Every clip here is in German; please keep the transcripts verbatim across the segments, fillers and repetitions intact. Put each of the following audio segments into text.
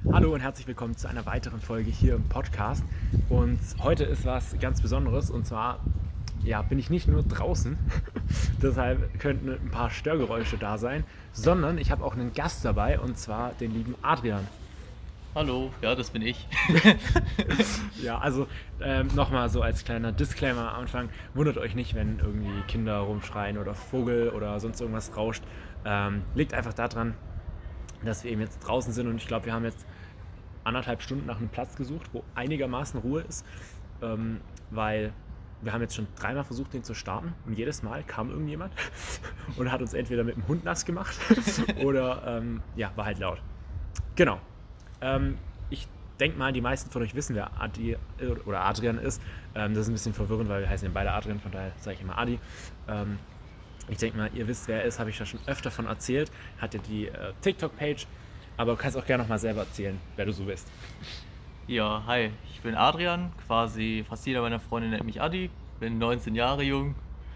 Hallo und herzlich willkommen zu einer weiteren Folge hier im Podcast. Und heute ist was ganz Besonderes, und zwar ja, bin ich nicht nur draußen, deshalb könnten ein paar Störgeräusche da sein, sondern ich habe auch einen Gast dabei, und zwar den lieben Adrian. Hallo, ja, das bin ich. Ja, also ähm, nochmal so als kleiner Disclaimer am Anfang, wundert euch nicht, wenn irgendwie Kinder rumschreien oder Vogel oder sonst irgendwas rauscht. Ähm, liegt einfach daran, dass wir eben jetzt draußen sind, und ich glaube, wir haben jetzt anderthalb Stunden nach einem Platz gesucht, wo einigermaßen Ruhe ist, ähm, weil wir haben jetzt schon dreimal versucht, den zu starten, und jedes Mal kam irgendjemand und hat uns entweder mit dem Hund nass gemacht oder ähm, ja, war halt laut. Genau. Ähm, ich denke mal, die meisten von euch wissen, wer Adi oder Adrian ist. Ähm, das ist ein bisschen verwirrend, weil wir heißen ja beide Adrian, von daher sage ich immer Adi. Ähm, ich denke mal, ihr wisst, wer er ist, habe ich ja schon öfter von erzählt. Hat ja die äh, TikTok-Page, aber du kannst auch gerne nochmal selber erzählen, wer du so bist. Ja, hi, ich bin Adrian, quasi fast jeder meiner Freunde nennt mich Adi, bin neunzehn Jahre jung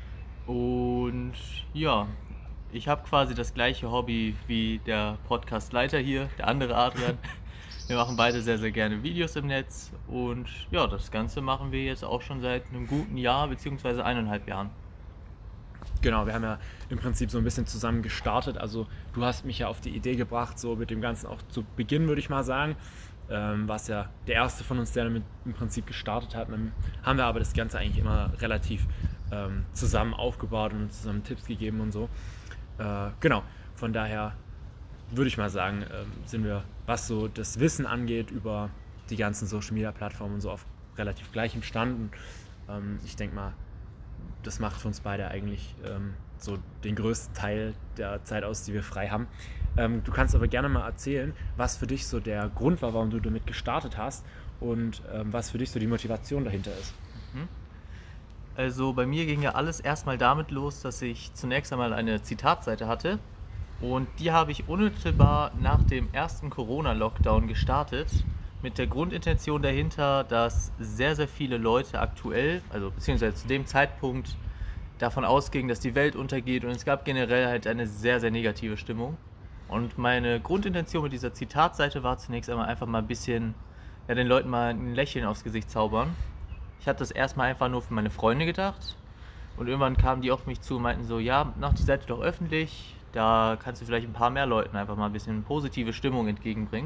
und ja, ich habe quasi das gleiche Hobby wie der Podcast-Leiter hier, der andere Adrian. Wir machen beide sehr, sehr gerne Videos im Netz und ja, das Ganze machen wir jetzt auch schon seit einem guten Jahr beziehungsweise eineinhalb Jahren. Genau, wir haben ja im Prinzip so ein bisschen zusammen gestartet. Also du hast mich ja auf die Idee gebracht, so mit dem Ganzen auch zu Beginn, würde ich mal sagen. Ähm, warst ja der erste von uns, der damit im Prinzip gestartet hat. Dann haben wir aber das Ganze eigentlich immer relativ ähm, zusammen aufgebaut und uns zusammen Tipps gegeben und so. Äh, genau, von daher würde ich mal sagen, ähm, sind wir, was so das Wissen angeht, über die ganzen Social Media Plattformen und so auf relativ gleichem Stand. Und ähm, ich denke mal, das macht für uns beide eigentlich ähm, so den größten Teil der Zeit aus, die wir frei haben. Ähm, du kannst aber gerne mal erzählen, was für dich so der Grund war, warum du damit gestartet hast, und ähm, was für dich so die Motivation dahinter ist. Mhm. Also bei mir ging ja alles erstmal damit los, dass ich zunächst einmal eine Zitatseite hatte und die habe ich unmittelbar nach dem ersten Corona-Lockdown gestartet mit der Grundintention dahinter, dass sehr, sehr viele Leute aktuell, also beziehungsweise zu dem Zeitpunkt davon ausgingen, dass die Welt untergeht und es gab generell halt eine sehr, sehr negative Stimmung. Und meine Grundintention mit dieser Zitatseite war zunächst einmal einfach mal ein bisschen, ja, den Leuten mal ein Lächeln aufs Gesicht zaubern. Ich hatte das erstmal einfach nur für meine Freunde gedacht und irgendwann kamen die auf mich zu und meinten so, ja, mach die Seite doch öffentlich, da kannst du vielleicht ein paar mehr Leuten einfach mal ein bisschen positive Stimmung entgegenbringen.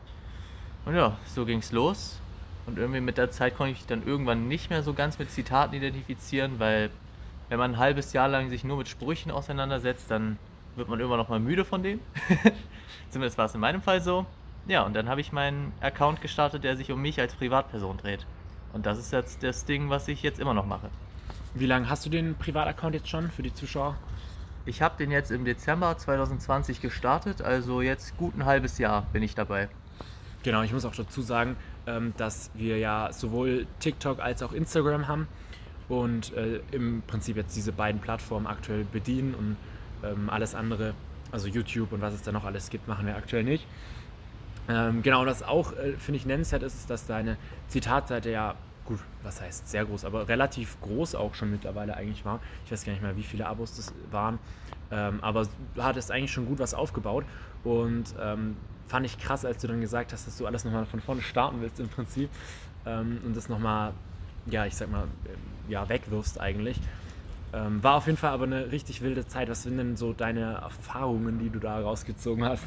Und ja, so ging's los und irgendwie mit der Zeit konnte ich mich dann irgendwann nicht mehr so ganz mit Zitaten identifizieren, weil wenn man ein halbes Jahr lang sich nur mit Sprüchen auseinandersetzt, dann wird man irgendwann noch mal müde von denen. Zumindest war es in meinem Fall so. Ja, und dann habe ich meinen Account gestartet, der sich um mich als Privatperson dreht. Und das ist jetzt das Ding, was ich jetzt immer noch mache. Wie lange hast du den Privataccount jetzt schon für die Zuschauer? Ich habe den jetzt im Dezember zwanzig zwanzig gestartet, also jetzt gut ein halbes Jahr bin ich dabei. Genau, ich muss auch dazu sagen, ähm, dass wir ja sowohl TikTok als auch Instagram haben und äh, im Prinzip jetzt diese beiden Plattformen aktuell bedienen, und ähm, alles andere, also YouTube und was es da noch alles gibt, machen wir aktuell nicht. Ähm, genau, das auch, äh, finde ich, nennenswert ist, dass deine Zitatseite ja, gut, was heißt sehr groß, aber relativ groß auch schon mittlerweile eigentlich war. Ich weiß gar nicht mehr, wie viele Abos das waren, ähm, aber du hattest eigentlich schon gut was aufgebaut, und ähm, fand ich krass, als du dann gesagt hast, dass du alles nochmal von vorne starten willst im Prinzip, ähm, und das nochmal, ja, ich sag mal, ja, wegwirfst eigentlich. Ähm, war auf jeden Fall aber eine richtig wilde Zeit. Was sind denn so deine Erfahrungen, die du da rausgezogen hast?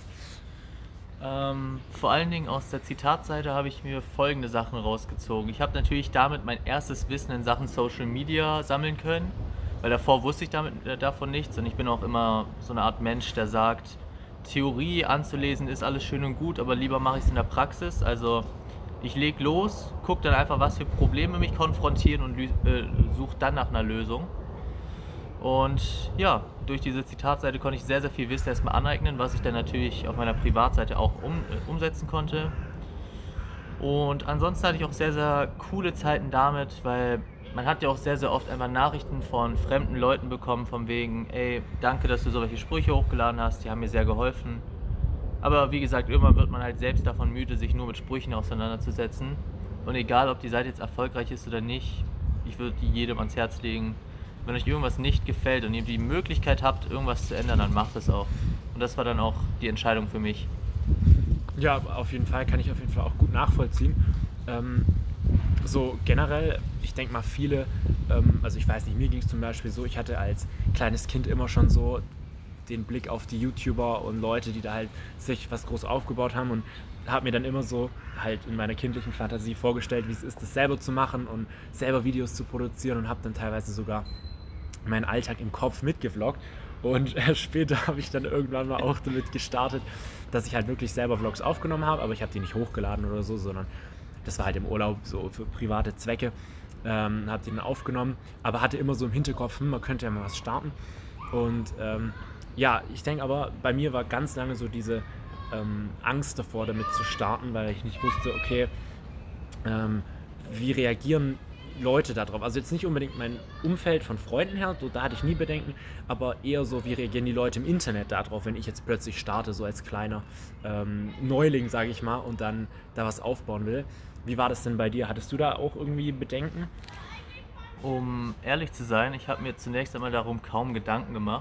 Ähm, vor allen Dingen aus der Zitatseite habe ich mir folgende Sachen rausgezogen. Ich habe natürlich damit mein erstes Wissen in Sachen Social Media sammeln können, weil davor wusste ich damit, äh, davon nichts und ich bin auch immer so eine Art Mensch, der sagt, Theorie anzulesen ist alles schön und gut, aber lieber mache ich es in der Praxis. Also ich lege los, gucke dann einfach, was für Probleme mich konfrontieren und äh, suche dann nach einer Lösung. Und ja, durch diese Zitatseite konnte ich sehr, sehr viel Wissen erstmal aneignen, was ich dann natürlich auf meiner Privatseite auch um, äh, umsetzen konnte. Und ansonsten hatte ich auch sehr, sehr coole Zeiten damit, weil man hat ja auch sehr, sehr oft einfach Nachrichten von fremden Leuten bekommen, von wegen, ey, danke, dass du solche Sprüche hochgeladen hast, die haben mir sehr geholfen. Aber wie gesagt, irgendwann wird man halt selbst davon müde, sich nur mit Sprüchen auseinanderzusetzen. Und egal, ob die Seite jetzt erfolgreich ist oder nicht, ich würde die jedem ans Herz legen. Wenn euch irgendwas nicht gefällt und ihr die Möglichkeit habt, irgendwas zu ändern, dann macht es auch. Und das war dann auch die Entscheidung für mich. Ja, auf jeden Fall, kann ich auf jeden Fall auch gut nachvollziehen. Ähm, so generell, ich denke mal viele, ähm, also ich weiß nicht, mir ging es zum Beispiel so, ich hatte als kleines Kind immer schon so den Blick auf die YouTuber und Leute, die da halt sich was groß aufgebaut haben, und habe mir dann immer so halt in meiner kindlichen Fantasie vorgestellt, wie es ist, das selber zu machen und selber Videos zu produzieren, und habe dann teilweise sogar meinen Alltag im Kopf mitgevloggt. Und äh, später habe ich dann irgendwann mal auch damit gestartet, dass ich halt wirklich selber Vlogs aufgenommen habe, aber ich habe die nicht hochgeladen oder so, sondern das war halt im Urlaub so für private Zwecke. Ähm, habe die dann aufgenommen, aber hatte immer so im Hinterkopf, hm, man könnte ja mal was starten. Und ähm, ja, ich denke aber, bei mir war ganz lange so diese ähm, Angst davor, damit zu starten, weil ich nicht wusste, okay, ähm, wie reagieren Leute darauf? Also jetzt nicht unbedingt mein Umfeld von Freunden her, so, da hatte ich nie Bedenken, aber eher so, wie reagieren die Leute im Internet darauf, wenn ich jetzt plötzlich starte, so als kleiner ähm, Neuling, sage ich mal, und dann da was aufbauen will. Wie war das denn bei dir? Hattest du da auch irgendwie Bedenken? Um ehrlich zu sein, ich habe mir zunächst einmal darum kaum Gedanken gemacht,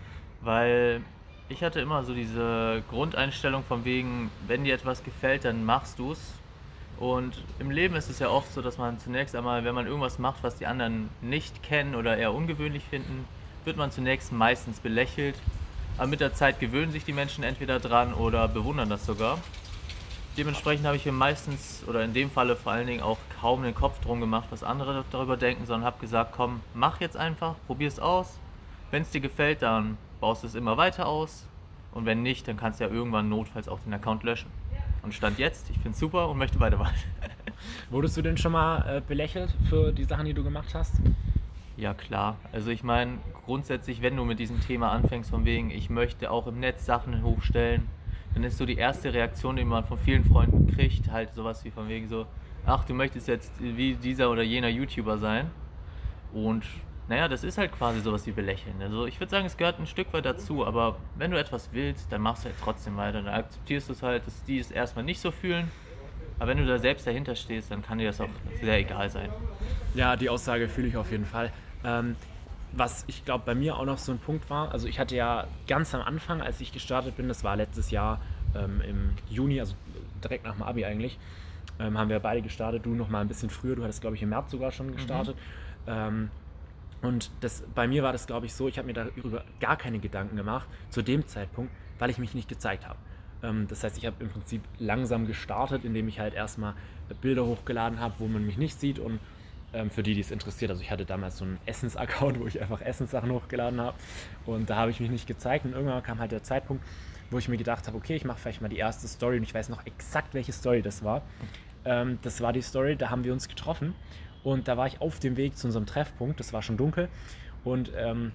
weil ich hatte immer so diese Grundeinstellung von wegen, wenn dir etwas gefällt, dann machst du's. Und im Leben ist es ja oft so, dass man zunächst einmal, wenn man irgendwas macht, was die anderen nicht kennen oder eher ungewöhnlich finden, wird man zunächst meistens belächelt. Aber mit der Zeit gewöhnen sich die Menschen entweder dran oder bewundern das sogar. Dementsprechend habe ich mir meistens, oder in dem Falle vor allen Dingen auch kaum den Kopf drum gemacht, was andere darüber denken, sondern habe gesagt, komm, mach jetzt einfach, probier's aus. Wenn es dir gefällt, dann baust du es immer weiter aus. Und wenn nicht, dann kannst du ja irgendwann notfalls auch den Account löschen. Und Stand jetzt, ich finde es super und möchte weitermachen. Wurdest du denn schon mal äh, belächelt für die Sachen, die du gemacht hast? Ja klar, also ich meine, grundsätzlich, wenn du mit diesem Thema anfängst, von wegen, ich möchte auch im Netz Sachen hochstellen, dann ist so die erste Reaktion, die man von vielen Freunden kriegt, halt sowas wie von wegen so, ach, du möchtest jetzt wie dieser oder jener YouTuber sein. Und naja, das ist halt quasi sowas wie Belächeln. Also ich würde sagen, es gehört ein Stück weit dazu, aber wenn du etwas willst, dann machst du halt trotzdem weiter. Dann akzeptierst du es halt, dass die es erstmal nicht so fühlen. Aber wenn du da selbst dahinter stehst, dann kann dir das auch sehr egal sein. Ja, die Aussage fühle ich auf jeden Fall. Ähm, was ich glaube bei mir auch noch so ein Punkt war, also ich hatte ja ganz am Anfang, als ich gestartet bin, das war letztes Jahr ähm, im Juni, also direkt nach dem Abi eigentlich, ähm, haben wir beide gestartet, du noch mal ein bisschen früher, du hattest glaube ich im März sogar schon gestartet. Mhm. Ähm, und das, bei mir war das glaube ich so, ich habe mir darüber gar keine Gedanken gemacht, zu dem Zeitpunkt, weil ich mich nicht gezeigt habe. Ähm, das heißt, ich habe im Prinzip langsam gestartet, indem ich halt erstmal Bilder hochgeladen habe, wo man mich nicht sieht, und ähm, für die, die es interessiert, also ich hatte damals so einen Essens-Account, wo ich einfach Essenssachen hochgeladen habe, und da habe ich mich nicht gezeigt, und irgendwann kam halt der Zeitpunkt, wo ich mir gedacht habe, okay, ich mache vielleicht mal die erste Story, und ich weiß noch exakt, welche Story das war. Ähm, das war die Story, da haben wir uns getroffen, und da war ich auf dem Weg zu unserem Treffpunkt, das war schon dunkel, und ähm,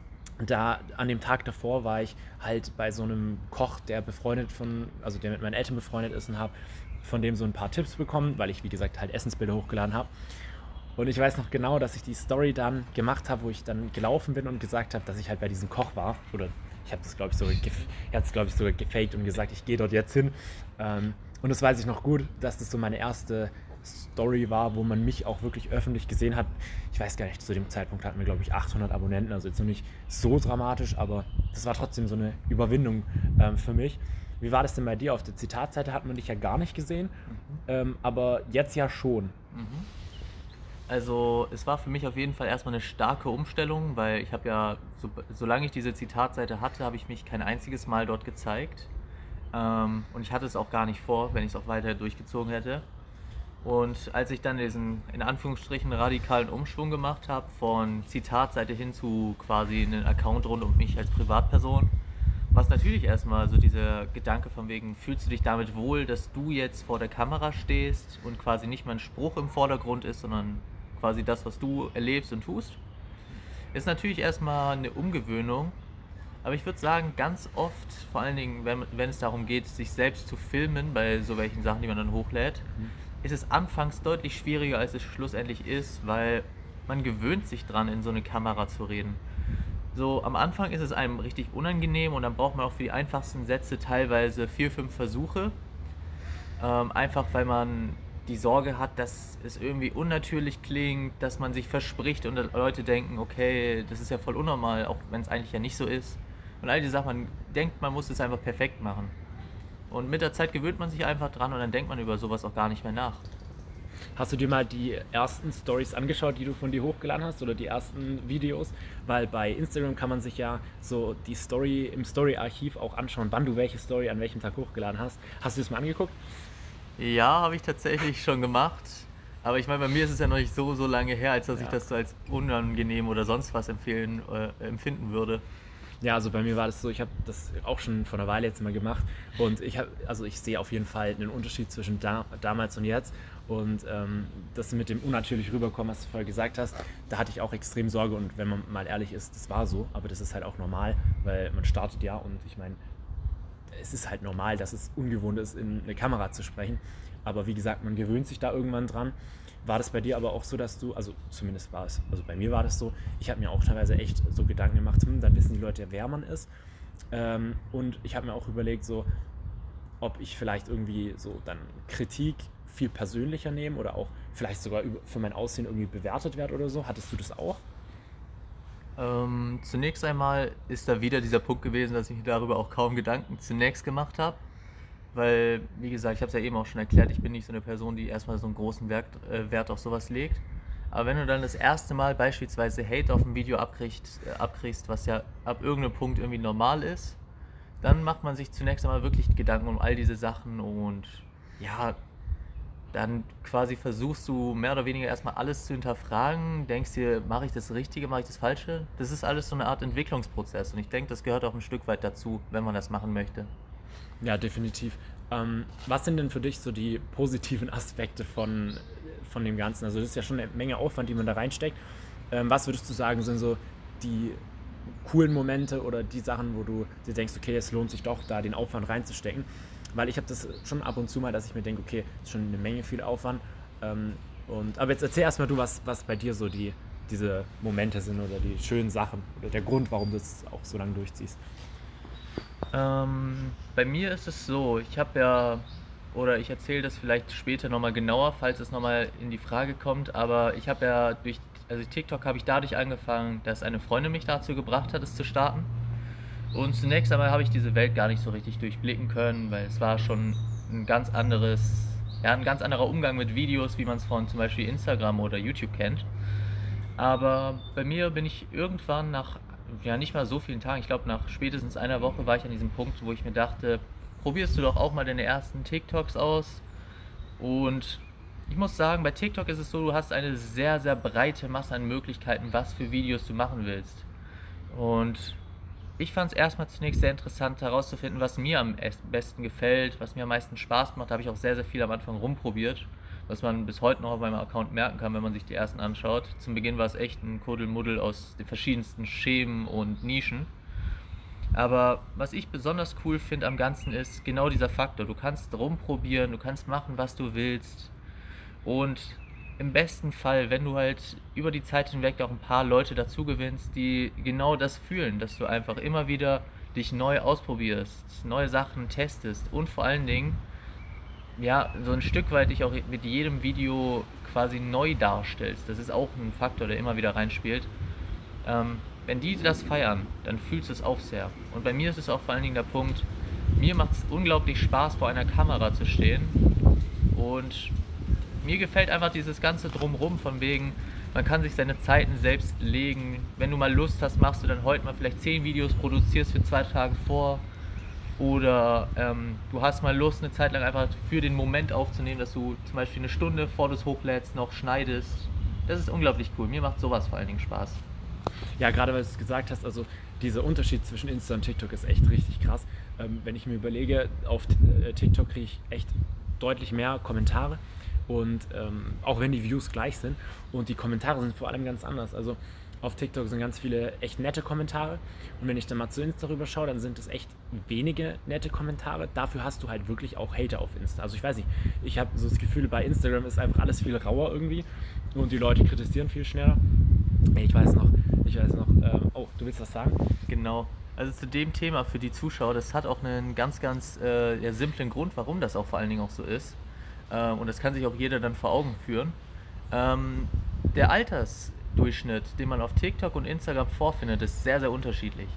da an dem Tag davor war ich halt bei so einem Koch, der befreundet von, also der mit meinen Eltern befreundet ist, und habe von dem so ein paar Tipps bekommen, weil ich, wie gesagt, halt Essensbilder hochgeladen habe. Und ich weiß noch genau, dass ich die Story dann gemacht habe, wo ich dann gelaufen bin und gesagt habe, dass ich halt bei diesem Koch war. Oder ich habe das, glaube ich, sogar, gef- ich hab's, glaub ich, sogar gefaked und gesagt, ich gehe dort jetzt hin. Ähm, und das weiß ich noch gut, dass das so meine erste Story war, wo man mich auch wirklich öffentlich gesehen hat. Ich weiß gar nicht, zu dem Zeitpunkt hatten wir, glaube ich, achthundert Abonnenten, also jetzt noch nicht so dramatisch, aber das war trotzdem so eine Überwindung ähm, für mich. Wie war das denn bei dir? Auf der Zitatseite hat man dich ja gar nicht gesehen, mhm. ähm, aber jetzt ja schon. Mhm. Also es war für mich auf jeden Fall erstmal eine starke Umstellung, weil ich habe ja, so, solange ich diese Zitatseite hatte, habe ich mich kein einziges Mal dort gezeigt. Ähm, und ich hatte es auch gar nicht vor, wenn ich es auch weiter durchgezogen hätte. Und als ich dann diesen, in Anführungsstrichen, radikalen Umschwung gemacht habe, von Zitatseite hin zu quasi einen Account rund um mich als Privatperson, war es natürlich erstmal so dieser Gedanke von wegen, fühlst du dich damit wohl, dass du jetzt vor der Kamera stehst und quasi nicht mal ein Spruch im Vordergrund ist, sondern quasi das, was du erlebst und tust. Ist natürlich erstmal eine Umgewöhnung, aber ich würde sagen, ganz oft, vor allen Dingen, wenn, wenn es darum geht, sich selbst zu filmen, bei so welchen Sachen, die man dann hochlädt, mhm. ist es anfangs deutlich schwieriger, als es schlussendlich ist, weil man gewöhnt sich dran, in so eine Kamera zu reden. So, am Anfang ist es einem richtig unangenehm und dann braucht man auch für die einfachsten Sätze teilweise vier, fünf Versuche. Ähm, einfach weil man die Sorge hat, dass es irgendwie unnatürlich klingt, dass man sich verspricht und Leute denken, okay, das ist ja voll unnormal, auch wenn es eigentlich ja nicht so ist. Und all die Sachen, man denkt, man muss es einfach perfekt machen. Und mit der Zeit gewöhnt man sich einfach dran und dann denkt man über sowas auch gar nicht mehr nach. Hast du dir mal die ersten Stories angeschaut, die du von dir hochgeladen hast oder die ersten Videos? Weil bei Instagram kann man sich ja so die Story im Story-Archiv auch anschauen, wann du welche Story an welchem Tag hochgeladen hast. Hast du das mal angeguckt? Ja, habe ich tatsächlich schon gemacht. Aber ich meine, bei mir ist es ja noch nicht so, so lange her, als dass Ja. ich das so als unangenehm oder sonst was empfehlen, äh, empfinden würde. Ja, also bei mir war das so, ich habe das auch schon vor einer Weile jetzt mal gemacht und ich habe, also ich sehe auf jeden Fall einen Unterschied zwischen da, damals und jetzt und ähm, das mit dem unnatürlich rüberkommen, was du vorher gesagt hast, da hatte ich auch extrem Sorge und wenn man mal ehrlich ist, das war so, aber das ist halt auch normal, weil man startet ja und ich meine, es ist halt normal, dass es ungewohnt ist, in eine Kamera zu sprechen, aber wie gesagt, man gewöhnt sich da irgendwann dran. War das bei dir aber auch so, dass du, also zumindest war es, also bei mir war das so, ich habe mir auch teilweise echt so Gedanken gemacht, hm, dann wissen die Leute, wer man ist. Ähm, und ich habe mir auch überlegt, so, ob ich vielleicht irgendwie so dann Kritik viel persönlicher nehme oder auch vielleicht sogar für mein Aussehen irgendwie bewertet werde oder so. Hattest du das auch? Ähm, zunächst einmal ist da wieder dieser Punkt gewesen, dass ich mir darüber auch kaum Gedanken zunächst gemacht habe. Weil, wie gesagt, ich habe es ja eben auch schon erklärt, ich bin nicht so eine Person, die erstmal so einen großen Wert, äh, Wert auf sowas legt. Aber wenn du dann das erste Mal beispielsweise Hate auf ein Video abkriegst, äh, abkriegst, was ja ab irgendeinem Punkt irgendwie normal ist, dann macht man sich zunächst einmal wirklich Gedanken um all diese Sachen und ja, dann quasi versuchst du mehr oder weniger erstmal alles zu hinterfragen, denkst dir, mache ich das Richtige, mache ich das Falsche? Das ist alles so eine Art Entwicklungsprozess und ich denke, das gehört auch ein Stück weit dazu, wenn man das machen möchte. Ja, definitiv. Ähm, was sind denn für dich so die positiven Aspekte von, von dem Ganzen? Also das ist ja schon eine Menge Aufwand, die man da reinsteckt. Ähm, was würdest du sagen, sind so die coolen Momente oder die Sachen, wo du dir denkst, okay, es lohnt sich doch, da den Aufwand reinzustecken? Weil ich habe das schon ab und zu mal, dass ich mir denke, okay, das ist schon eine Menge viel Aufwand. Ähm, und, aber jetzt erzähl erstmal du, was, was bei dir so die, diese Momente sind oder die schönen Sachen oder der Grund, warum du es auch so lange durchziehst. Ähm, bei mir ist es so, ich habe ja, oder ich erzähle das vielleicht später nochmal genauer, falls es nochmal in die Frage kommt, aber ich habe ja durch, also TikTok habe ich dadurch angefangen, dass eine Freundin mich dazu gebracht hat, es zu starten. Und zunächst einmal habe ich diese Welt gar nicht so richtig durchblicken können, weil es war schon ein ganz anderes, ja, ein ganz anderer Umgang mit Videos, wie man es von zum Beispiel Instagram oder YouTube kennt. Aber bei mir bin ich irgendwann nach, ja nicht mal so vielen Tagen, ich glaube nach spätestens einer Woche war ich an diesem Punkt, wo ich mir dachte, probierst du doch auch mal deine ersten TikToks aus. Und ich muss sagen, bei TikTok ist es so, du hast eine sehr, sehr breite Masse an Möglichkeiten, was für Videos du machen willst. Und ich fand es erstmal zunächst sehr interessant herauszufinden, was mir am es- besten gefällt, was mir am meisten Spaß macht. Da habe ich auch sehr, sehr viel am Anfang rumprobiert, was man bis heute noch auf meinem Account merken kann, wenn man sich die ersten anschaut. Zum Beginn war es echt ein Kuddelmuddel aus den verschiedensten Schemen und Nischen. Aber was ich besonders cool finde am Ganzen ist genau dieser Faktor. Du kannst rumprobieren, du kannst machen, was du willst. Und im besten Fall, wenn du halt über die Zeit hinweg auch ein paar Leute dazu gewinnst, die genau das fühlen, dass du einfach immer wieder dich neu ausprobierst, neue Sachen testest und vor allen Dingen, ja, so ein Stück weit dich auch mit jedem Video quasi neu darstellst. Das ist auch ein Faktor, der immer wieder reinspielt. Ähm, wenn die das feiern, dann fühlst du es auch sehr. Und bei mir ist es auch vor allen Dingen der Punkt, mir macht es unglaublich Spaß, vor einer Kamera zu stehen. Und mir gefällt einfach dieses ganze Drumrum von wegen, man kann sich seine Zeiten selbst legen. Wenn du mal Lust hast, machst du dann heute mal vielleicht zehn Videos, produzierst für zwei Tage vor. Oder ähm, du hast mal Lust, eine Zeit lang einfach für den Moment aufzunehmen, dass du zum Beispiel eine Stunde vor du es hochlädst, noch schneidest. Das ist unglaublich cool. Mir macht sowas vor allen Dingen Spaß. Ja, gerade weil du es gesagt hast, also dieser Unterschied zwischen Insta und TikTok ist echt richtig krass. Ähm, wenn ich mir überlege, auf äh, TikTok kriege ich echt deutlich mehr Kommentare und ähm, auch wenn die Views gleich sind und die Kommentare sind vor allem ganz anders. Also auf TikTok sind ganz viele echt nette Kommentare und wenn ich dann mal zu Insta rüber schaue, dann sind es echt wenige nette Kommentare. Dafür hast du halt wirklich auch Hater auf Insta. Also ich weiß nicht, ich habe so das Gefühl, bei Instagram ist einfach alles viel rauer irgendwie und die Leute kritisieren viel schneller. Ich weiß noch, ich weiß noch, ähm, oh, du willst was sagen? Genau. Also zu dem Thema für die Zuschauer, das hat auch einen ganz, ganz äh, ja, simplen Grund, warum das auch vor allen Dingen auch so ist. Ähm, und das kann sich auch jeder dann vor Augen führen. Ähm, der Altersdurchschnitt, den man auf TikTok und Instagram vorfindet, ist sehr, sehr unterschiedlich.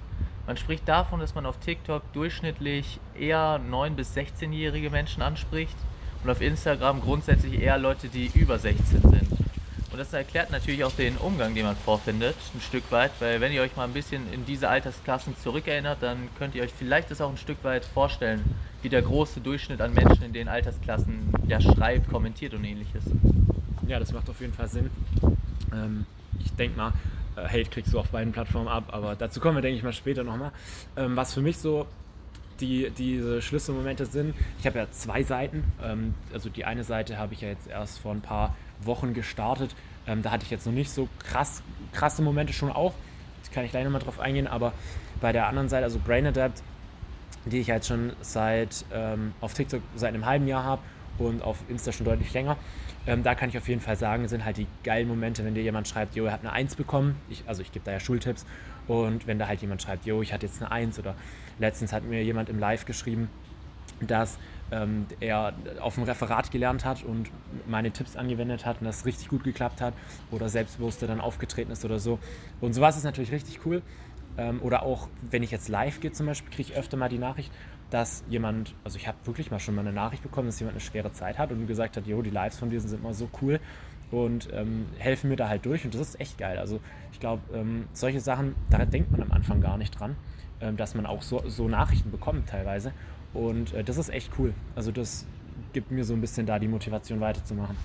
Man spricht davon, dass man auf TikTok durchschnittlich eher neun- bis sechzehnjährige Menschen anspricht und auf Instagram grundsätzlich eher Leute, die über sechzehn sind. Und das erklärt natürlich auch den Umgang, den man vorfindet, ein Stück weit, weil wenn ihr euch mal ein bisschen in diese Altersklassen zurückerinnert, dann könnt ihr euch vielleicht das auch ein Stück weit vorstellen, wie der große Durchschnitt an Menschen in den Altersklassen ja schreibt, kommentiert und ähnliches. Ja, das macht auf jeden Fall Sinn. Ähm, ich denke mal, äh, Hate kriegst du auf beiden Plattformen ab, aber dazu kommen wir, denke ich mal, später nochmal. Ähm, was für mich so die, diese Schlüsselmomente sind, ich habe ja zwei Seiten. Ähm, also die eine Seite habe ich ja jetzt erst vor ein paar Wochen gestartet. Ähm, da hatte ich jetzt noch nicht so krass, krasse Momente schon auch. Da kann ich gleich nochmal drauf eingehen, aber bei der anderen Seite, also Brain Adapt, die ich jetzt schon seit ähm, auf TikTok seit einem halben Jahr habe und auf Insta schon deutlich länger. Ähm, da kann ich auf jeden Fall sagen, sind halt die geilen Momente, wenn dir jemand schreibt, jo, er hat eine eins bekommen. Ich, also ich gebe da ja Schultipps. Und wenn da halt jemand schreibt, jo, ich hatte jetzt eine eins, oder letztens hat mir jemand im Live geschrieben, dass ähm, er auf dem Referat gelernt hat und meine Tipps angewendet hat und das richtig gut geklappt hat oder selbstbewusster dann aufgetreten ist oder so. Und sowas ist natürlich richtig cool. Ähm, oder auch, wenn ich jetzt live gehe zum Beispiel, kriege ich öfter mal die Nachricht, dass jemand, also ich habe wirklich mal schon mal eine Nachricht bekommen, dass jemand eine schwere Zeit hat und gesagt hat, jo, die Lives von dir sind immer so cool und ähm, helfen mir da halt durch und das ist echt geil. Also ich glaube, ähm, solche Sachen, da denkt man am Anfang gar nicht dran, ähm, dass man auch so, so Nachrichten bekommt teilweise und äh, das ist echt cool. Also das gibt mir so ein bisschen da die Motivation weiterzumachen.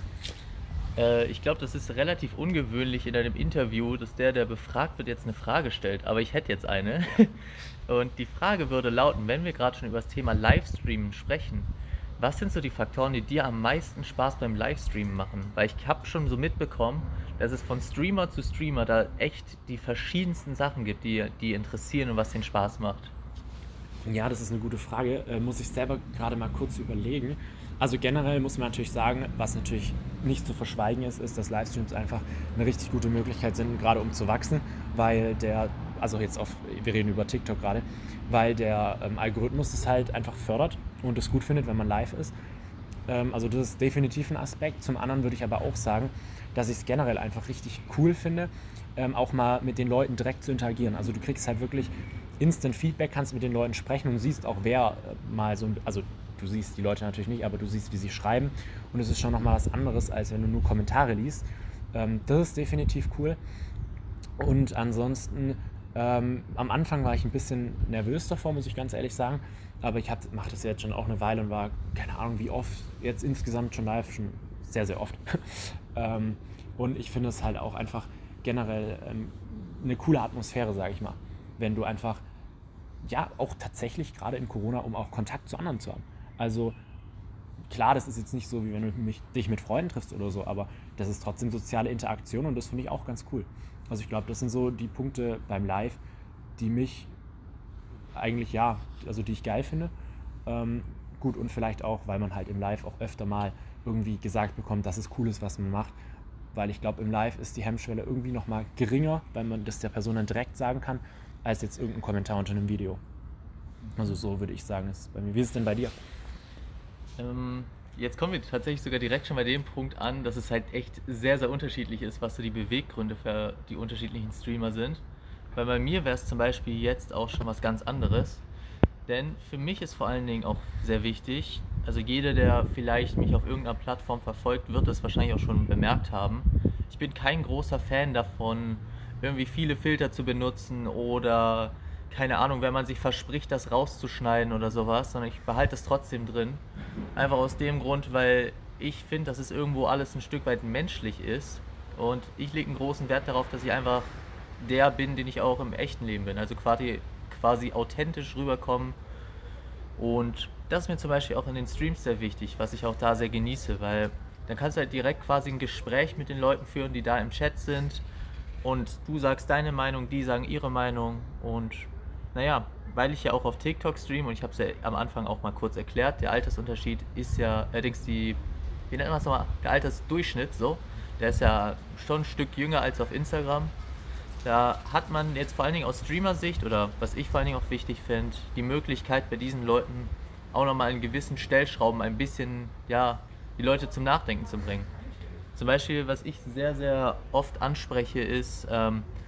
Äh, ich glaube, das ist relativ ungewöhnlich in einem Interview, dass der, der befragt wird, jetzt eine Frage stellt. Aber ich hätte jetzt eine. Und die Frage würde lauten, wenn wir gerade schon über das Thema Livestreamen sprechen, was sind so die Faktoren, die dir am meisten Spaß beim Livestreamen machen? Weil ich habe schon so mitbekommen, dass es von Streamer zu Streamer da echt die verschiedensten Sachen gibt, die, die interessieren und was den Spaß macht. Ja, das ist eine gute Frage. Äh, muss ich selber gerade mal kurz überlegen. Also generell muss man natürlich sagen, was natürlich nicht zu verschweigen ist, ist, dass Livestreams einfach eine richtig gute Möglichkeit sind, gerade um zu wachsen, weil der, also jetzt auf, wir reden über TikTok gerade, weil der ähm, Algorithmus es halt einfach fördert und es gut findet, wenn man live ist. Ähm, also das ist definitiv ein Aspekt. Zum anderen würde ich aber auch sagen, dass ich es generell einfach richtig cool finde, ähm, auch mal mit den Leuten direkt zu interagieren. Also du kriegst halt wirklich Instant Feedback, kannst mit den Leuten sprechen und siehst auch, wer äh, mal so, also du siehst die Leute natürlich nicht, aber du siehst, wie sie schreiben und es ist schon nochmal was anderes, als wenn du nur Kommentare liest. Ähm, das ist definitiv cool. Und ansonsten, ähm, am Anfang war ich ein bisschen nervös davor, muss ich ganz ehrlich sagen. Aber ich mache das jetzt schon auch eine Weile und war, keine Ahnung wie oft, jetzt insgesamt schon live, schon sehr, sehr oft. ähm, und ich finde es halt auch einfach generell ähm, eine coole Atmosphäre, sage ich mal. Wenn du einfach, ja, auch tatsächlich gerade in Corona, um auch Kontakt zu anderen zu haben. Also klar, das ist jetzt nicht so, wie wenn du mich, dich mit Freunden triffst oder so, aber das ist trotzdem soziale Interaktion und das finde ich auch ganz cool. Also ich glaube, das sind so die Punkte beim Live, die mich eigentlich, ja, also die ich geil finde. Ähm, gut, und vielleicht auch, weil man halt im Live auch öfter mal irgendwie gesagt bekommt, dass es cool ist, was man macht. Weil ich glaube, im Live ist die Hemmschwelle irgendwie nochmal geringer, weil man das der Person dann direkt sagen kann, als jetzt irgendein Kommentar unter einem Video. Also so würde ich sagen, ist es bei mir. Wie ist es denn bei dir? Ähm, jetzt kommen wir tatsächlich sogar direkt schon bei dem Punkt an, dass es halt echt sehr, sehr unterschiedlich ist, was so die Beweggründe für die unterschiedlichen Streamer sind. Weil bei mir wäre es zum Beispiel jetzt auch schon was ganz anderes. Denn für mich ist vor allen Dingen auch sehr wichtig, also jeder, der vielleicht mich auf irgendeiner Plattform verfolgt, wird es wahrscheinlich auch schon bemerkt haben. Ich bin kein großer Fan davon, irgendwie viele Filter zu benutzen oder keine Ahnung, wenn man sich verspricht, das rauszuschneiden oder sowas, sondern ich behalte es trotzdem drin. Einfach aus dem Grund, weil ich finde, dass es irgendwo alles ein Stück weit menschlich ist und ich lege einen großen Wert darauf, dass ich einfach der bin, den ich auch im echten Leben bin. Also quasi, quasi authentisch rüberkommen. Und das ist mir zum Beispiel auch in den Streams sehr wichtig, was ich auch da sehr genieße, weil dann kannst du halt direkt quasi ein Gespräch mit den Leuten führen, die da im Chat sind. Und du sagst deine Meinung, die sagen ihre Meinung. Und naja, weil ich ja auch auf TikTok streame und ich habe es ja am Anfang auch mal kurz erklärt, der Altersunterschied ist ja, allerdings die, wie nennt man es nochmal, der Altersdurchschnitt so, der ist ja schon ein Stück jünger als auf Instagram. Da hat man jetzt vor allen Dingen aus Streamer-Sicht oder was ich vor allen Dingen auch wichtig finde, die Möglichkeit bei diesen Leuten auch nochmal in gewissen Stellschrauben ein bisschen, ja, die Leute zum Nachdenken zu bringen. Zum Beispiel, was ich sehr, sehr oft anspreche, ist, ähm,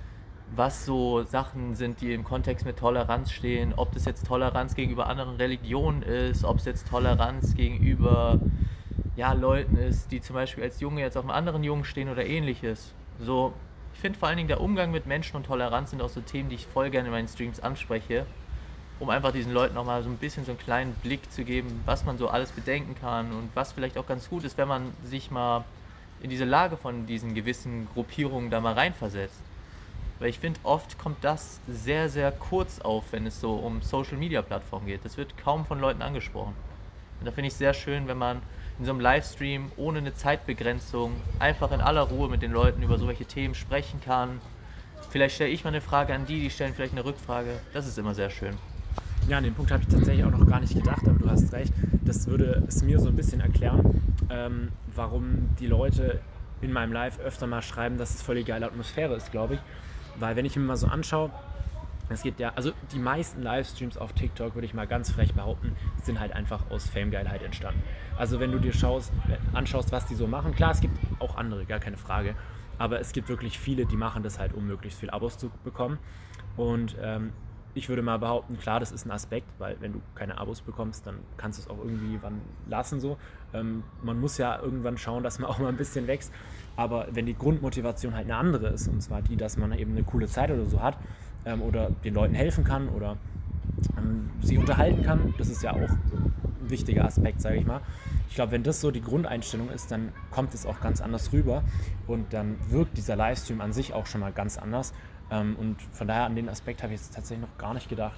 was so Sachen sind, die im Kontext mit Toleranz stehen, ob das jetzt Toleranz gegenüber anderen Religionen ist, ob es jetzt Toleranz gegenüber ja, Leuten ist, die zum Beispiel als Junge jetzt auf einem anderen Jungen stehen oder ähnliches. So, ich finde vor allen Dingen der Umgang mit Menschen und Toleranz sind auch so Themen, die ich voll gerne in meinen Streams anspreche, um einfach diesen Leuten nochmal so ein bisschen so einen kleinen Blick zu geben, was man so alles bedenken kann und was vielleicht auch ganz gut ist, wenn man sich mal in diese Lage von diesen gewissen Gruppierungen da mal reinversetzt. Weil ich finde, oft kommt das sehr, sehr kurz auf, wenn es so um Social-Media-Plattformen geht. Das wird kaum von Leuten angesprochen. Und da finde ich es sehr schön, wenn man in so einem Livestream ohne eine Zeitbegrenzung einfach in aller Ruhe mit den Leuten über solche Themen sprechen kann. Vielleicht stelle ich mal eine Frage an die, die stellen vielleicht eine Rückfrage. Das ist immer sehr schön. Ja, an den Punkt habe ich tatsächlich auch noch gar nicht gedacht, aber du hast recht. Das würde es mir so ein bisschen erklären, ähm, warum die Leute in meinem Live öfter mal schreiben, dass es voll die geile Atmosphäre ist, glaube ich. Weil wenn ich mir mal so anschaue, es gibt ja, also die meisten Livestreams auf TikTok, würde ich mal ganz frech behaupten, sind halt einfach aus Famegeilheit entstanden. Also wenn du dir schaust, anschaust, was die so machen, klar, es gibt auch andere, gar keine Frage, aber es gibt wirklich viele, die machen das halt, um möglichst viel Abos zu bekommen. Und ähm, ich würde mal behaupten, klar, das ist ein Aspekt, weil wenn du keine Abos bekommst, dann kannst du es auch irgendwie wann lassen so. Ähm, man muss ja irgendwann schauen, dass man auch mal ein bisschen wächst. Aber wenn die Grundmotivation halt eine andere ist, und zwar die, dass man eben eine coole Zeit oder so hat, ähm, oder den Leuten helfen kann oder ähm, sie unterhalten kann, das ist ja auch ein wichtiger Aspekt, sage ich mal. Ich glaube, wenn das so die Grundeinstellung ist, dann kommt es auch ganz anders rüber und dann wirkt dieser Livestream an sich auch schon mal ganz anders. Ähm, und von daher an den Aspekt habe ich jetzt tatsächlich noch gar nicht gedacht.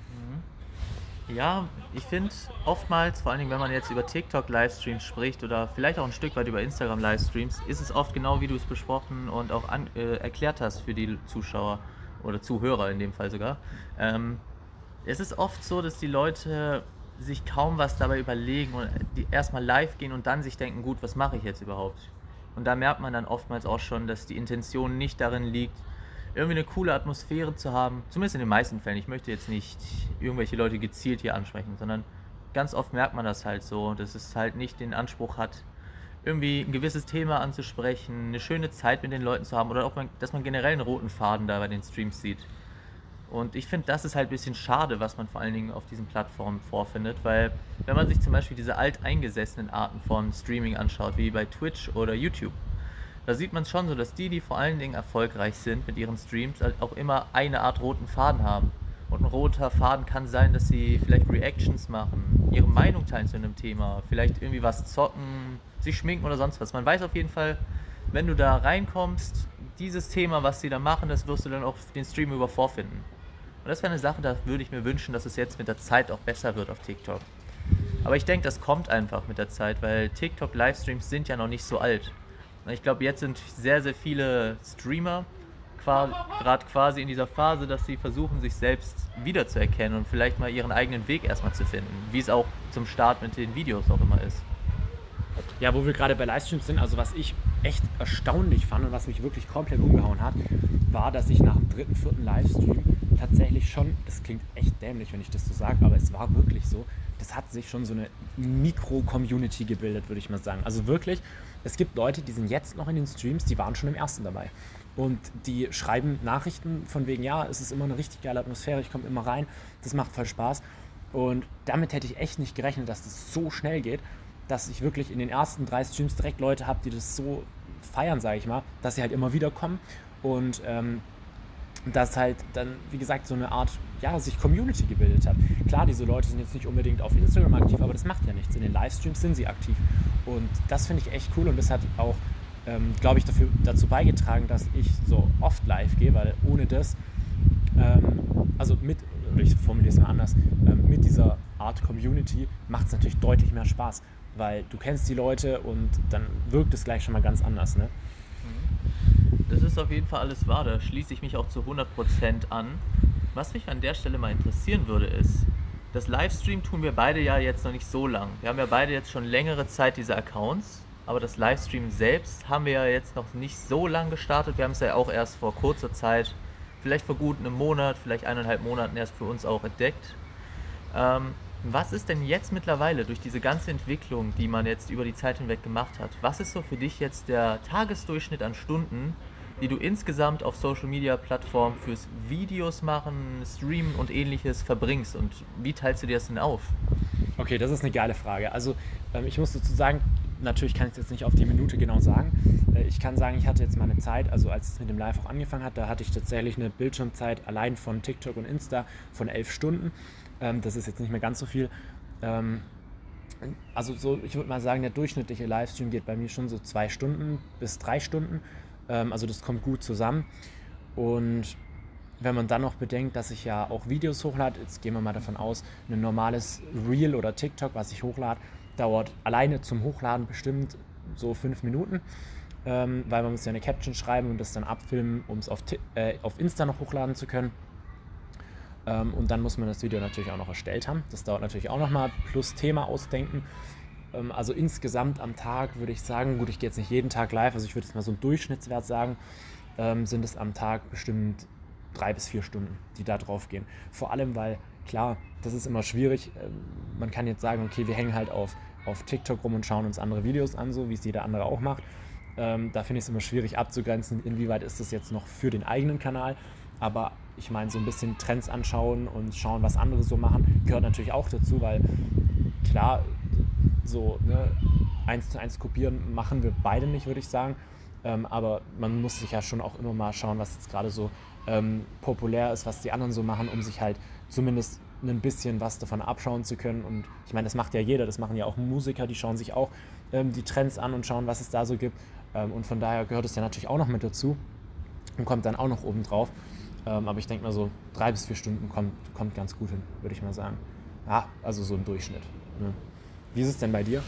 Ja, ich finde oftmals, vor allen Dingen wenn man jetzt über TikTok-Livestreams spricht oder vielleicht auch ein Stück weit über Instagram-Livestreams, ist es oft genau wie du es besprochen und auch an, äh, erklärt hast für die Zuschauer oder Zuhörer in dem Fall sogar. Ähm, es ist oft so, dass die Leute sich kaum was dabei überlegen und die erstmal live gehen und dann sich denken, gut, was mache ich jetzt überhaupt? Und da merkt man dann oftmals auch schon, dass die Intention nicht darin liegt, irgendwie eine coole Atmosphäre zu haben, zumindest in den meisten Fällen. Ich möchte jetzt nicht irgendwelche Leute gezielt hier ansprechen, sondern ganz oft merkt man das halt so, dass es halt nicht den Anspruch hat, irgendwie ein gewisses Thema anzusprechen, eine schöne Zeit mit den Leuten zu haben oder auch, man, dass man generell einen roten Faden da bei den Streams sieht. Und ich finde, das ist halt ein bisschen schade, was man vor allen Dingen auf diesen Plattformen vorfindet, weil wenn man sich zum Beispiel diese alteingesessenen Arten von Streaming anschaut, wie bei Twitch oder YouTube, da sieht man schon so, dass die, die vor allen Dingen erfolgreich sind mit ihren Streams, halt auch immer eine Art roten Faden haben. Und ein roter Faden kann sein, dass sie vielleicht Reactions machen, ihre Meinung teilen zu einem Thema, vielleicht irgendwie was zocken, sich schminken oder sonst was. Man weiß auf jeden Fall, wenn du da reinkommst, dieses Thema, was sie da machen, das wirst du dann auch den Stream über vorfinden. Und das wäre eine Sache, da würde ich mir wünschen, dass es jetzt mit der Zeit auch besser wird auf TikTok. Aber ich denke, das kommt einfach mit der Zeit, weil TikTok-Livestreams sind ja noch nicht so alt. Ich glaube, jetzt sind sehr, sehr viele Streamer gerade quasi in dieser Phase, dass sie versuchen, sich selbst wiederzuerkennen und vielleicht mal ihren eigenen Weg erstmal zu finden, wie es auch zum Start mit den Videos auch immer ist. Ja, wo wir gerade bei Livestreams sind, also was ich echt erstaunlich fand und was mich wirklich komplett umgehauen hat, war, dass ich nach dem dritten, vierten Livestream tatsächlich schon, das klingt echt dämlich, wenn ich das so sage, aber es war wirklich so, das hat sich schon so eine Mikro-Community gebildet, würde ich mal sagen. Also wirklich, es gibt Leute, die sind jetzt noch in den Streams, die waren schon im ersten dabei. Und die schreiben Nachrichten von wegen, ja, es ist immer eine richtig geile Atmosphäre, ich komme immer rein, das macht voll Spaß. Und damit hätte ich echt nicht gerechnet, dass das so schnell geht, dass ich wirklich in den ersten drei Streams direkt Leute habe, die das so feiern, sage ich mal, dass sie halt immer wieder kommen und ähm, dass halt dann, wie gesagt, so eine Art, ja, sich Community gebildet hat. Klar, diese Leute sind jetzt nicht unbedingt auf Instagram aktiv, aber das macht ja nichts. In den Livestreams sind sie aktiv. Und das finde ich echt cool und das hat auch, ähm, glaube ich, dafür, dazu beigetragen, dass ich so oft live gehe, weil ohne das, ähm, also mit, oder ich formuliere es mal anders, ähm, mit dieser Art Community macht es natürlich deutlich mehr Spaß, weil du kennst die Leute und dann wirkt es gleich schon mal ganz anders, ne? Das ist auf jeden Fall alles wahr, da schließe ich mich auch zu hundert Prozent an. Was mich an der Stelle mal interessieren würde ist, das Livestream tun wir beide ja jetzt noch nicht so lang. Wir haben ja beide jetzt schon längere Zeit diese Accounts, aber das Livestream selbst haben wir ja jetzt noch nicht so lang gestartet. Wir haben es ja auch erst vor kurzer Zeit, vielleicht vor gut einem Monat, vielleicht eineinhalb Monaten erst für uns auch entdeckt. Ähm, was ist denn jetzt mittlerweile durch diese ganze Entwicklung, die man jetzt über die Zeit hinweg gemacht hat, was ist so für dich jetzt der Tagesdurchschnitt an Stunden, die du insgesamt auf Social-Media-Plattformen fürs Videos machen, Streamen und ähnliches verbringst? Und wie teilst du dir das denn auf? Okay, das ist eine geile Frage. Also ähm, ich muss dazu sagen, natürlich kann ich es jetzt nicht auf die Minute genau sagen. Äh, ich kann sagen, ich hatte jetzt mal eine Zeit, also als es mit dem Live auch angefangen hat, da hatte ich tatsächlich eine Bildschirmzeit allein von TikTok und Insta von elf Stunden. Ähm, das ist jetzt nicht mehr ganz so viel. Ähm, also so, ich würde mal sagen, der durchschnittliche Livestream geht bei mir schon so zwei Stunden bis drei Stunden. Ähm, also das kommt gut zusammen. Und wenn man dann noch bedenkt, dass ich ja auch Videos hochlade, jetzt gehen wir mal davon aus, ein normales Reel oder TikTok, was ich hochlade, dauert alleine zum Hochladen bestimmt so fünf Minuten, ähm, weil man muss ja eine Caption schreiben und das dann abfilmen, um es auf, äh, auf Insta noch hochladen zu können. Ähm, und dann muss man das Video natürlich auch noch erstellt haben. Das dauert natürlich auch nochmal, plus Thema ausdenken. Ähm, also insgesamt am Tag würde ich sagen, gut, ich gehe jetzt nicht jeden Tag live, also ich würde jetzt mal so einen Durchschnittswert sagen, ähm, sind es am Tag bestimmt drei bis vier Stunden, die da drauf gehen. Vor allem, weil, klar, das ist immer schwierig. Man kann jetzt sagen, okay, wir hängen halt auf, auf TikTok rum und schauen uns andere Videos an, so wie es jeder andere auch macht. Ähm, da finde ich es immer schwierig abzugrenzen, inwieweit ist das jetzt noch für den eigenen Kanal. Aber ich meine, so ein bisschen Trends anschauen und schauen, was andere so machen, gehört natürlich auch dazu, weil klar, so ne, eins zu eins kopieren machen wir beide nicht, würde ich sagen. Ähm, aber man muss sich ja schon auch immer mal schauen, was jetzt gerade so ähm, populär ist, was die anderen so machen, um sich halt zumindest ein bisschen was davon abschauen zu können. Und ich meine, das macht ja jeder, das machen ja auch Musiker, die schauen sich auch ähm, die Trends an und schauen, was es da so gibt. Ähm, und von daher gehört es ja natürlich auch noch mit dazu und kommt dann auch noch oben drauf. Ähm, aber ich denke mal so drei bis vier Stunden kommt, kommt ganz gut hin, würde ich mal sagen. Ja, also so im Durchschnitt. Ne? Wie ist es denn bei dir?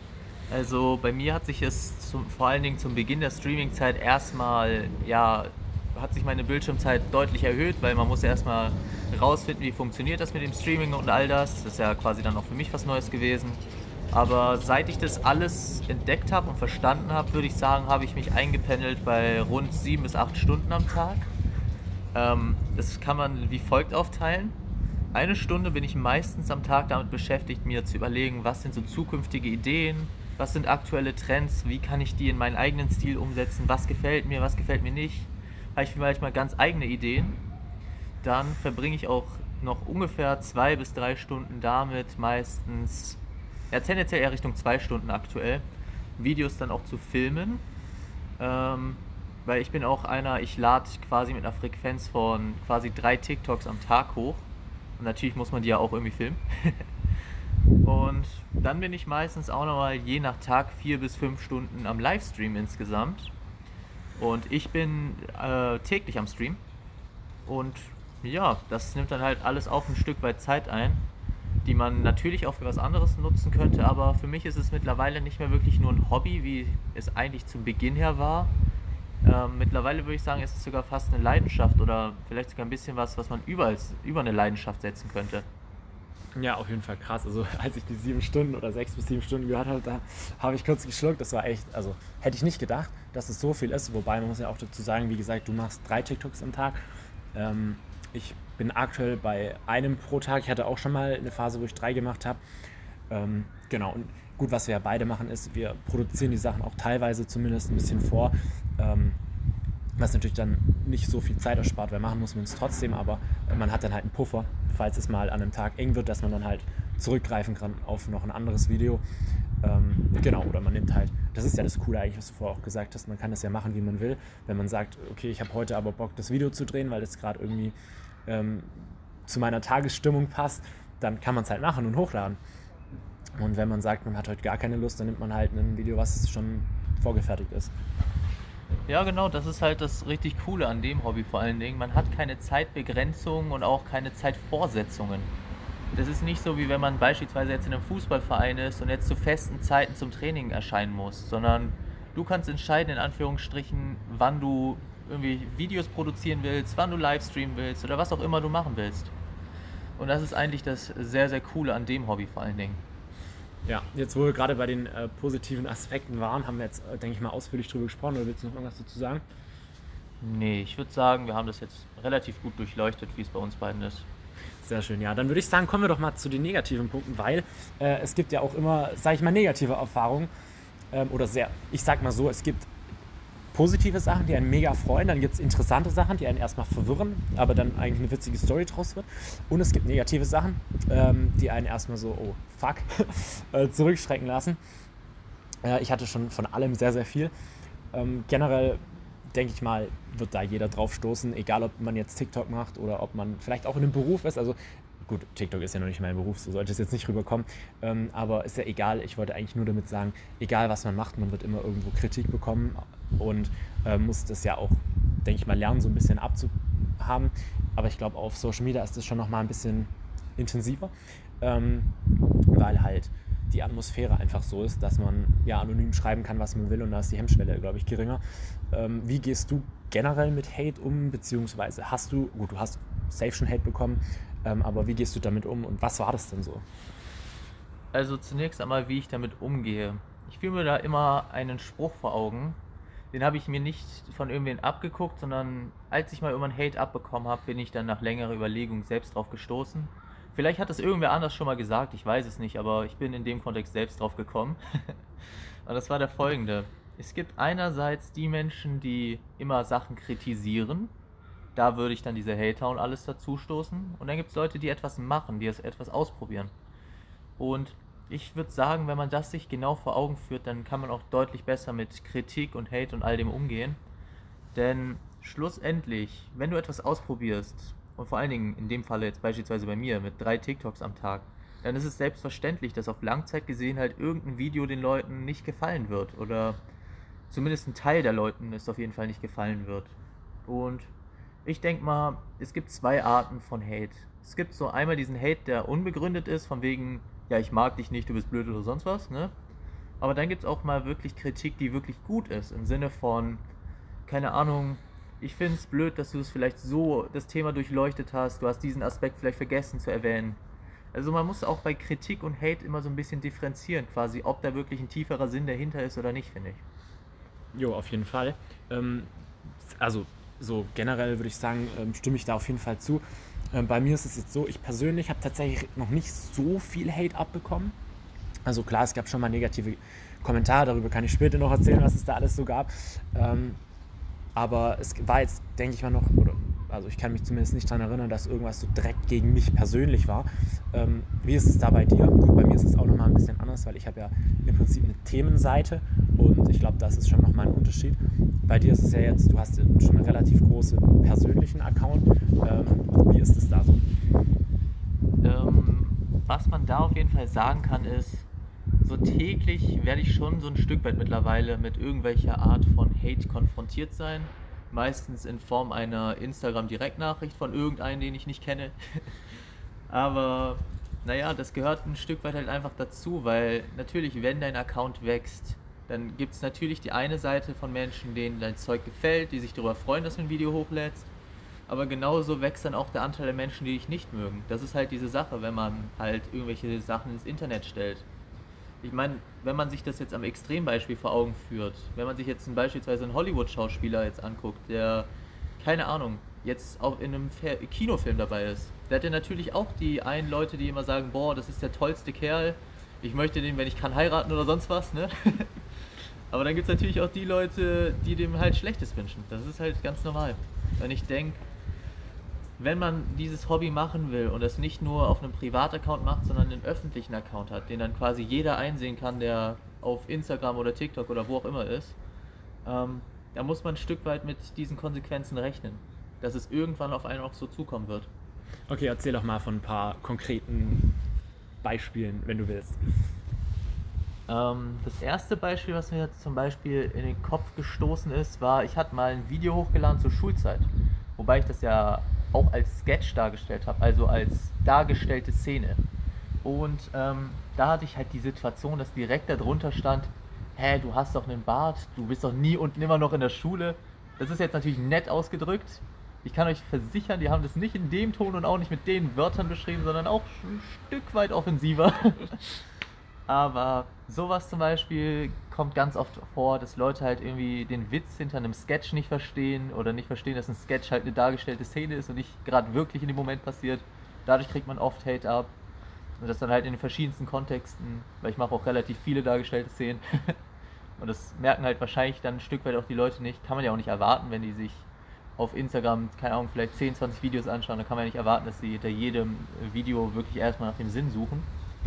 Also bei mir hat sich es zum, vor allen Dingen zum Beginn der Streaming-Zeit erstmal, ja, hat sich meine Bildschirmzeit deutlich erhöht, weil man muss ja erstmal rausfinden, wie funktioniert das mit dem Streaming und all das. Das ist ja quasi dann auch für mich was Neues gewesen. Aber seit ich das alles entdeckt habe und verstanden habe, würde ich sagen, habe ich mich eingependelt bei rund sieben bis acht Stunden am Tag. Ähm, das kann man wie folgt aufteilen. Eine Stunde bin ich meistens am Tag damit beschäftigt, mir zu überlegen, was sind so zukünftige Ideen, was sind aktuelle Trends, wie kann ich die in meinen eigenen Stil umsetzen, was gefällt mir, was gefällt mir nicht. Habe ich vielleicht mal ganz eigene Ideen. Dann verbringe ich auch noch ungefähr zwei bis drei Stunden damit, meistens, ja tendenziell eher Richtung zwei Stunden aktuell, Videos dann auch zu filmen. Ähm, weil ich bin auch einer, ich lade quasi mit einer Frequenz von quasi drei TikToks am Tag hoch. Und natürlich muss man die ja auch irgendwie filmen. Und dann bin ich meistens auch nochmal je nach Tag vier bis fünf Stunden am Livestream insgesamt. Und ich bin äh, täglich am Stream. Und ja, das nimmt dann halt alles auch ein Stück weit Zeit ein, die man natürlich auch für was anderes nutzen könnte. Aber für mich ist es mittlerweile nicht mehr wirklich nur ein Hobby, wie es eigentlich zum Beginn her war. Ähm, mittlerweile würde ich sagen, ist es sogar fast eine Leidenschaft oder vielleicht sogar ein bisschen was, was man über, als, über eine Leidenschaft setzen könnte. Ja, auf jeden Fall krass. Also als ich die sieben Stunden oder sechs bis sieben Stunden gehört habe, da habe ich kurz geschluckt. Das war echt, also hätte ich nicht gedacht, dass es so viel ist. Wobei man muss ja auch dazu sagen, wie gesagt, du machst drei TikToks am Tag. Ähm, ich bin aktuell bei einem pro Tag. Ich hatte auch schon mal eine Phase, wo ich drei gemacht habe. Ähm, genau, und gut, was wir ja beide machen, ist, wir produzieren die Sachen auch teilweise zumindest ein bisschen vor. Ähm, was natürlich dann nicht so viel Zeit erspart, weil machen muss man es trotzdem, aber man hat dann halt einen Puffer, falls es mal an einem Tag eng wird, dass man dann halt zurückgreifen kann auf noch ein anderes Video. Ähm, genau, oder man nimmt halt, das ist ja das Coole eigentlich, was du vorher auch gesagt hast, man kann das ja machen, wie man will. Wenn man sagt, okay, ich habe heute aber Bock, das Video zu drehen, weil das gerade irgendwie ähm, zu meiner Tagesstimmung passt, dann kann man es halt machen und hochladen. Und wenn man sagt, man hat heute gar keine Lust, dann nimmt man halt ein Video, was schon vorgefertigt ist. Ja, genau, das ist halt das richtig Coole an dem Hobby vor allen Dingen. Man hat keine Zeitbegrenzung und auch keine Zeitvorsetzungen. Das ist nicht so, wie wenn man beispielsweise jetzt in einem Fußballverein ist und jetzt zu festen Zeiten zum Training erscheinen muss, sondern du kannst entscheiden, in Anführungsstrichen, wann du irgendwie Videos produzieren willst, wann du Livestreamen willst oder was auch immer du machen willst. Und das ist eigentlich das sehr, sehr Coole an dem Hobby vor allen Dingen. Ja, jetzt wo wir gerade bei den äh, positiven Aspekten waren, haben wir jetzt, äh, denke ich mal, ausführlich drüber gesprochen. Oder willst du noch irgendwas dazu sagen? Nee, ich würde sagen, wir haben das jetzt relativ gut durchleuchtet, wie es bei uns beiden ist. Sehr schön, ja. Dann würde ich sagen, kommen wir doch mal zu den negativen Punkten, weil äh, es gibt ja auch immer, sage ich mal, negative Erfahrungen. Ähm, oder sehr, ich sag mal so, es gibt positive Sachen, die einen mega freuen, dann gibt es interessante Sachen, die einen erstmal verwirren, aber dann eigentlich eine witzige Story draus wird. Und es gibt negative Sachen, ähm, die einen erstmal so, oh fuck, äh, zurückschrecken lassen. Äh, ich hatte schon von allem sehr, sehr viel. Ähm, generell denke ich mal, wird da jeder drauf stoßen, egal ob man jetzt TikTok macht oder ob man vielleicht auch in einem Beruf ist. Also gut, TikTok ist ja noch nicht mein Beruf, so sollte es jetzt nicht rüberkommen. Ähm, aber ist ja egal, ich wollte eigentlich nur damit sagen, egal was man macht, man wird immer irgendwo Kritik bekommen und äh, muss das ja auch, denke ich mal, lernen, so ein bisschen abzuhaben. Aber ich glaube, auf Social Media ist das schon nochmal ein bisschen intensiver, ähm, weil halt die Atmosphäre einfach so ist, dass man ja anonym schreiben kann, was man will, und da ist die Hemmschwelle, glaube ich, geringer. Ähm, wie gehst du generell mit Hate um, beziehungsweise hast du, gut, du hast safe schon Hate bekommen, ähm, aber wie gehst du damit um und was war das denn so? Also zunächst einmal, wie ich damit umgehe. Ich fühle mir da immer einen Spruch vor Augen. Den habe ich mir nicht von irgendwen abgeguckt, sondern als ich mal irgendwann Hate abbekommen habe, bin ich dann nach längerer Überlegung selbst drauf gestoßen. Vielleicht hat das irgendwer anders schon mal gesagt, ich weiß es nicht, aber ich bin in dem Kontext selbst drauf gekommen. Und das war der folgende. Es gibt einerseits die Menschen, die immer Sachen kritisieren. Da würde ich dann diese Hater und alles dazu stoßen. Und dann gibt es Leute, die etwas machen, die es etwas ausprobieren. Und ich würde sagen, wenn man das sich genau vor Augen führt, dann kann man auch deutlich besser mit Kritik und Hate und all dem umgehen. Denn schlussendlich, wenn du etwas ausprobierst, und vor allen Dingen in dem Falle jetzt beispielsweise bei mir mit drei TikToks am Tag, dann ist es selbstverständlich, dass auf Langzeit gesehen halt irgendein Video den Leuten nicht gefallen wird. Oder zumindest ein Teil der Leuten es auf jeden Fall nicht gefallen wird. Und ich denke mal, es gibt zwei Arten von Hate. Es gibt so einmal diesen Hate, der unbegründet ist, von wegen, ja, ich mag dich nicht, du bist blöd oder sonst was, ne? Aber dann gibt es auch mal wirklich Kritik, die wirklich gut ist, im Sinne von, keine Ahnung, ich finde es blöd, dass du es vielleicht so, das Thema durchleuchtet hast, du hast diesen Aspekt vielleicht vergessen zu erwähnen. Also man muss auch bei Kritik und Hate immer so ein bisschen differenzieren, quasi, ob da wirklich ein tieferer Sinn dahinter ist oder nicht, finde ich. Jo, auf jeden Fall. Ähm, also so generell würde ich sagen, ähm, stimme ich da auf jeden Fall zu. Ähm, bei mir ist es jetzt so, ich persönlich habe tatsächlich noch nicht so viel Hate abbekommen. Also klar, es gab schon mal negative Kommentare, darüber kann ich später noch erzählen, was es da alles so gab. Ähm, aber es war jetzt, denke ich mal noch, oder, also ich kann mich zumindest nicht daran erinnern, dass irgendwas so direkt gegen mich persönlich war. Ähm, wie ist es da bei dir? Gut, bei mir ist es auch nochmal ein bisschen anders, weil ich habe ja im Prinzip eine Themenseite und ich glaube, das ist schon nochmal ein Unterschied. Bei dir ist es ja jetzt, du hast schon einen relativ großen persönlichen Account. Ähm, wie ist es da so? Ähm, was man da auf jeden Fall sagen kann ist, so täglich werde ich schon so ein Stück weit mittlerweile mit irgendwelcher Art von Hate konfrontiert sein. Meistens in Form einer Instagram-Direktnachricht von irgendeinem, den ich nicht kenne. Aber naja, das gehört ein Stück weit halt einfach dazu, weil natürlich, wenn dein Account wächst, dann gibt es natürlich die eine Seite von Menschen, denen dein Zeug gefällt, die sich darüber freuen, dass du ein Video hochlädst. Aber genauso wächst dann auch der Anteil der Menschen, die dich nicht mögen. Das ist halt diese Sache, wenn man halt irgendwelche Sachen ins Internet stellt. Ich meine, wenn man sich das jetzt am Extrembeispiel vor Augen führt, wenn man sich jetzt beispielsweise einen Hollywood-Schauspieler jetzt anguckt, der, keine Ahnung, jetzt auch in einem Fer- Kinofilm dabei ist, der hat ja natürlich auch die einen Leute, die immer sagen, boah, das ist der tollste Kerl, ich möchte den, wenn ich kann, heiraten oder sonst was, ne? Aber dann gibt es natürlich auch die Leute, die dem halt Schlechtes wünschen. Das ist halt ganz normal. Und ich denke, wenn man dieses Hobby machen will und das nicht nur auf einem Privataccount macht, sondern einen öffentlichen Account hat, den dann quasi jeder einsehen kann, der auf Instagram oder TikTok oder wo auch immer ist, ähm, da muss man ein Stück weit mit diesen Konsequenzen rechnen, dass es irgendwann auf einen auch so zukommen wird. Okay, erzähl doch mal von ein paar konkreten Beispielen, wenn du willst. Ähm, das erste Beispiel, was mir jetzt zum Beispiel in den Kopf gestoßen ist, war, ich hatte mal ein Video hochgeladen zur Schulzeit, wobei ich das ja auch als Sketch dargestellt habe, also als dargestellte Szene. Und ähm, da hatte ich halt die Situation, dass direkt darunter stand, hä, du hast doch einen Bart, du bist doch nie und nimmer noch in der Schule. Das ist jetzt natürlich nett ausgedrückt. Ich kann euch versichern, die haben das nicht in dem Ton und auch nicht mit den Wörtern beschrieben, sondern auch ein Stück weit offensiver. Aber sowas zum Beispiel kommt ganz oft vor, dass Leute halt irgendwie den Witz hinter einem Sketch nicht verstehen oder nicht verstehen, dass ein Sketch halt eine dargestellte Szene ist und nicht gerade wirklich in dem Moment passiert. Dadurch kriegt man oft Hate ab. Und das dann halt in den verschiedensten Kontexten, weil ich mache auch relativ viele dargestellte Szenen. Und Und das merken halt wahrscheinlich dann ein Stück weit auch die Leute nicht. Kann man ja auch nicht erwarten, wenn die sich auf Instagram, keine Ahnung, vielleicht zehn, zwanzig Videos anschauen. Da kann man ja nicht erwarten, dass sie hinter jedem Video wirklich erstmal nach dem Sinn suchen.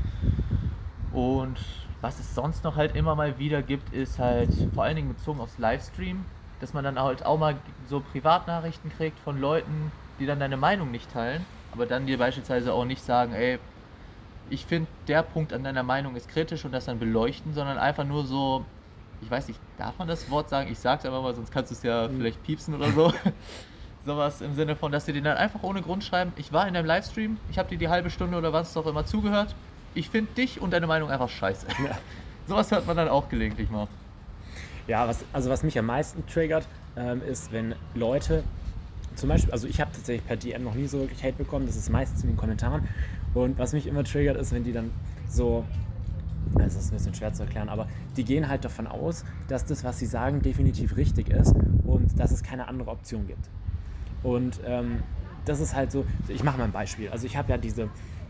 Und was es sonst noch halt immer mal wieder gibt, ist halt vor allen Dingen bezogen aufs Livestream, dass man dann halt auch mal so Privatnachrichten kriegt von Leuten, die dann deine Meinung nicht teilen, aber dann dir beispielsweise auch nicht sagen, ey, ich finde, der Punkt an deiner Meinung ist kritisch und das dann beleuchten, sondern einfach nur so, ich weiß nicht, darf man das Wort sagen? Ich sag's einfach mal, sonst kannst du es ja mhm. vielleicht piepsen oder so. Sowas im Sinne von, dass sie dir dann einfach ohne Grund schreiben, ich war in deinem Livestream, ich habe dir die halbe Stunde oder was auch immer zugehört, ich finde dich und deine Meinung einfach scheiße. Ja. Sowas hört man dann auch gelegentlich mal. Ja, was, also was mich am meisten triggert, ähm, ist, wenn Leute, zum Beispiel, also ich habe tatsächlich per D M noch nie so wirklich Hate bekommen, das ist meistens in den Kommentaren. Und was mich immer triggert, ist, wenn die dann so, das ist ein bisschen schwer zu erklären, aber die gehen halt davon aus, dass das, was sie sagen, definitiv richtig ist und dass es keine andere Option gibt. Und ähm, das ist halt so, ich mache mal ein Beispiel. Also ich habe ja diese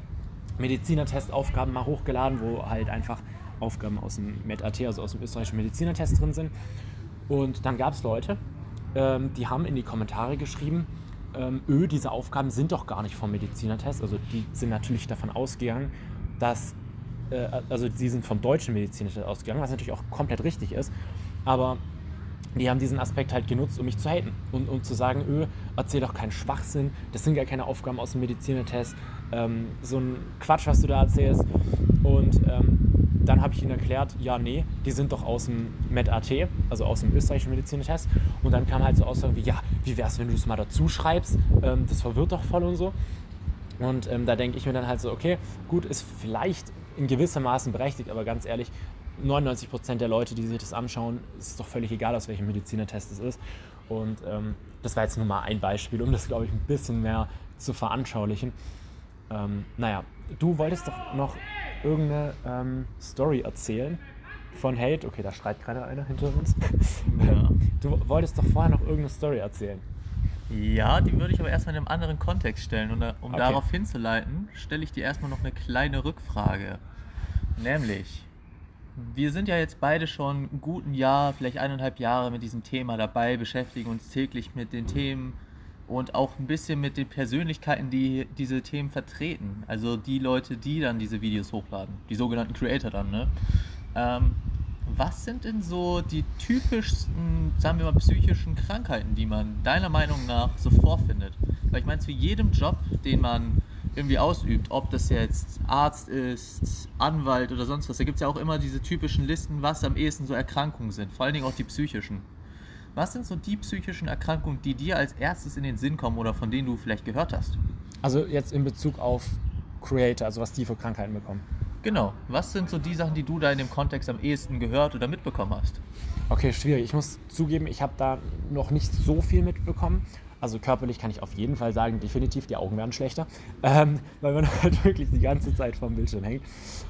Medizinertest-Aufgaben mal hochgeladen, wo halt einfach Aufgaben aus dem MedAT, also aus dem österreichischen Medizinertest drin sind. Und dann gab es Leute, ähm, die haben in die Kommentare geschrieben, ähm, öh, diese Aufgaben sind doch gar nicht vom Medizinertest. Also die sind natürlich davon ausgegangen, dass, äh, also die sind vom deutschen Medizinertest ausgegangen, was natürlich auch komplett richtig ist. Aber die haben diesen Aspekt halt genutzt, um mich zu haten und um zu sagen, öh, erzähl doch keinen Schwachsinn, das sind gar keine Aufgaben aus dem Medizinertest, ähm, so ein Quatsch, was du da erzählst. Und ähm, dann habe ich ihnen erklärt, ja, nee, die sind doch aus dem MedAT, also aus dem österreichischen Medizinertest. Und dann kam halt so Aussagen wie, ja, wie wär's, wenn du es mal dazu schreibst, ähm, das verwirrt doch voll und so. Und ähm, da denke ich mir dann halt so, okay, gut, ist vielleicht in gewisser Maßen berechtigt, aber ganz ehrlich, neunundneunzig Prozent der Leute, die sich das anschauen, ist es doch völlig egal, aus welchem Medizinertest es ist. Und ähm, das war jetzt nur mal ein Beispiel, um das, glaube ich, ein bisschen mehr zu veranschaulichen. Ähm, naja, du wolltest doch noch irgendeine ähm, Story erzählen von Hate. Okay, da schreit gerade einer hinter uns. Ja. Du wolltest doch vorher noch irgendeine Story erzählen. Ja, die würde ich aber erstmal in einem anderen Kontext stellen. Und um okay. darauf hinzuleiten, stelle ich dir erstmal noch eine kleine Rückfrage. Nämlich, wir sind ja jetzt beide schon ein guten Jahr, vielleicht eineinhalb Jahre mit diesem Thema dabei, beschäftigen uns täglich mit den Themen und auch ein bisschen mit den Persönlichkeiten, die diese Themen vertreten. Also die Leute, die dann diese Videos hochladen, die sogenannten Creator dann, ne? Ähm, was sind denn so die typischsten, sagen wir mal, psychischen Krankheiten, die man deiner Meinung nach so vorfindet? Weil ich meine, zu jedem Job, den man irgendwie ausübt, ob das jetzt Arzt ist, Anwalt oder sonst was, da gibt es ja auch immer diese typischen Listen, was am ehesten so Erkrankungen sind, vor allen Dingen auch die psychischen. Was sind so die psychischen Erkrankungen, die dir als erstes in den Sinn kommen oder von denen du vielleicht gehört hast? Also jetzt in Bezug auf Creator, also was die für Krankheiten bekommen. Genau. Was sind so die Sachen, die du da in dem Kontext am ehesten gehört oder mitbekommen hast? Okay, schwierig. Ich muss zugeben, ich habe da noch nicht so viel mitbekommen. Also körperlich kann ich auf jeden Fall sagen, definitiv, die Augen werden schlechter, ähm, weil man halt wirklich die ganze Zeit vorm Bildschirm hängt.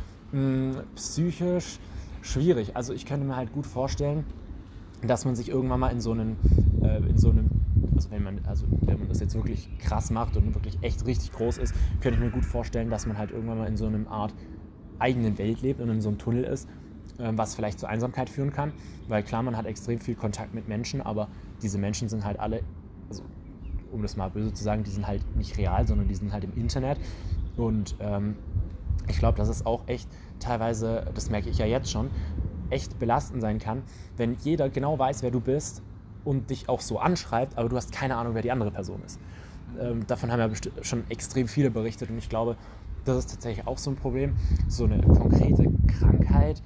Hm, psychisch schwierig. Also ich könnte mir halt gut vorstellen, dass man sich irgendwann mal in so einen, äh, in so einem, also wenn man, also wenn man das jetzt wirklich krass macht und wirklich echt richtig groß ist, könnte ich mir gut vorstellen, dass man halt irgendwann mal in so einer Art eigenen Welt lebt und in so einem Tunnel ist, äh, was vielleicht zur Einsamkeit führen kann, weil klar, man hat extrem viel Kontakt mit Menschen, aber diese Menschen sind halt alle, also um das mal böse zu sagen, die sind halt nicht real, sondern die sind halt im Internet und ähm, ich glaube, dass es auch echt teilweise, das merke ich ja jetzt schon, echt belastend sein kann, wenn jeder genau weiß, wer du bist und dich auch so anschreibt, aber du hast keine Ahnung, wer die andere Person ist. Ähm, davon haben ja besti- schon extrem viele berichtet und ich glaube, das ist tatsächlich auch so ein Problem. So eine konkrete Krankheit,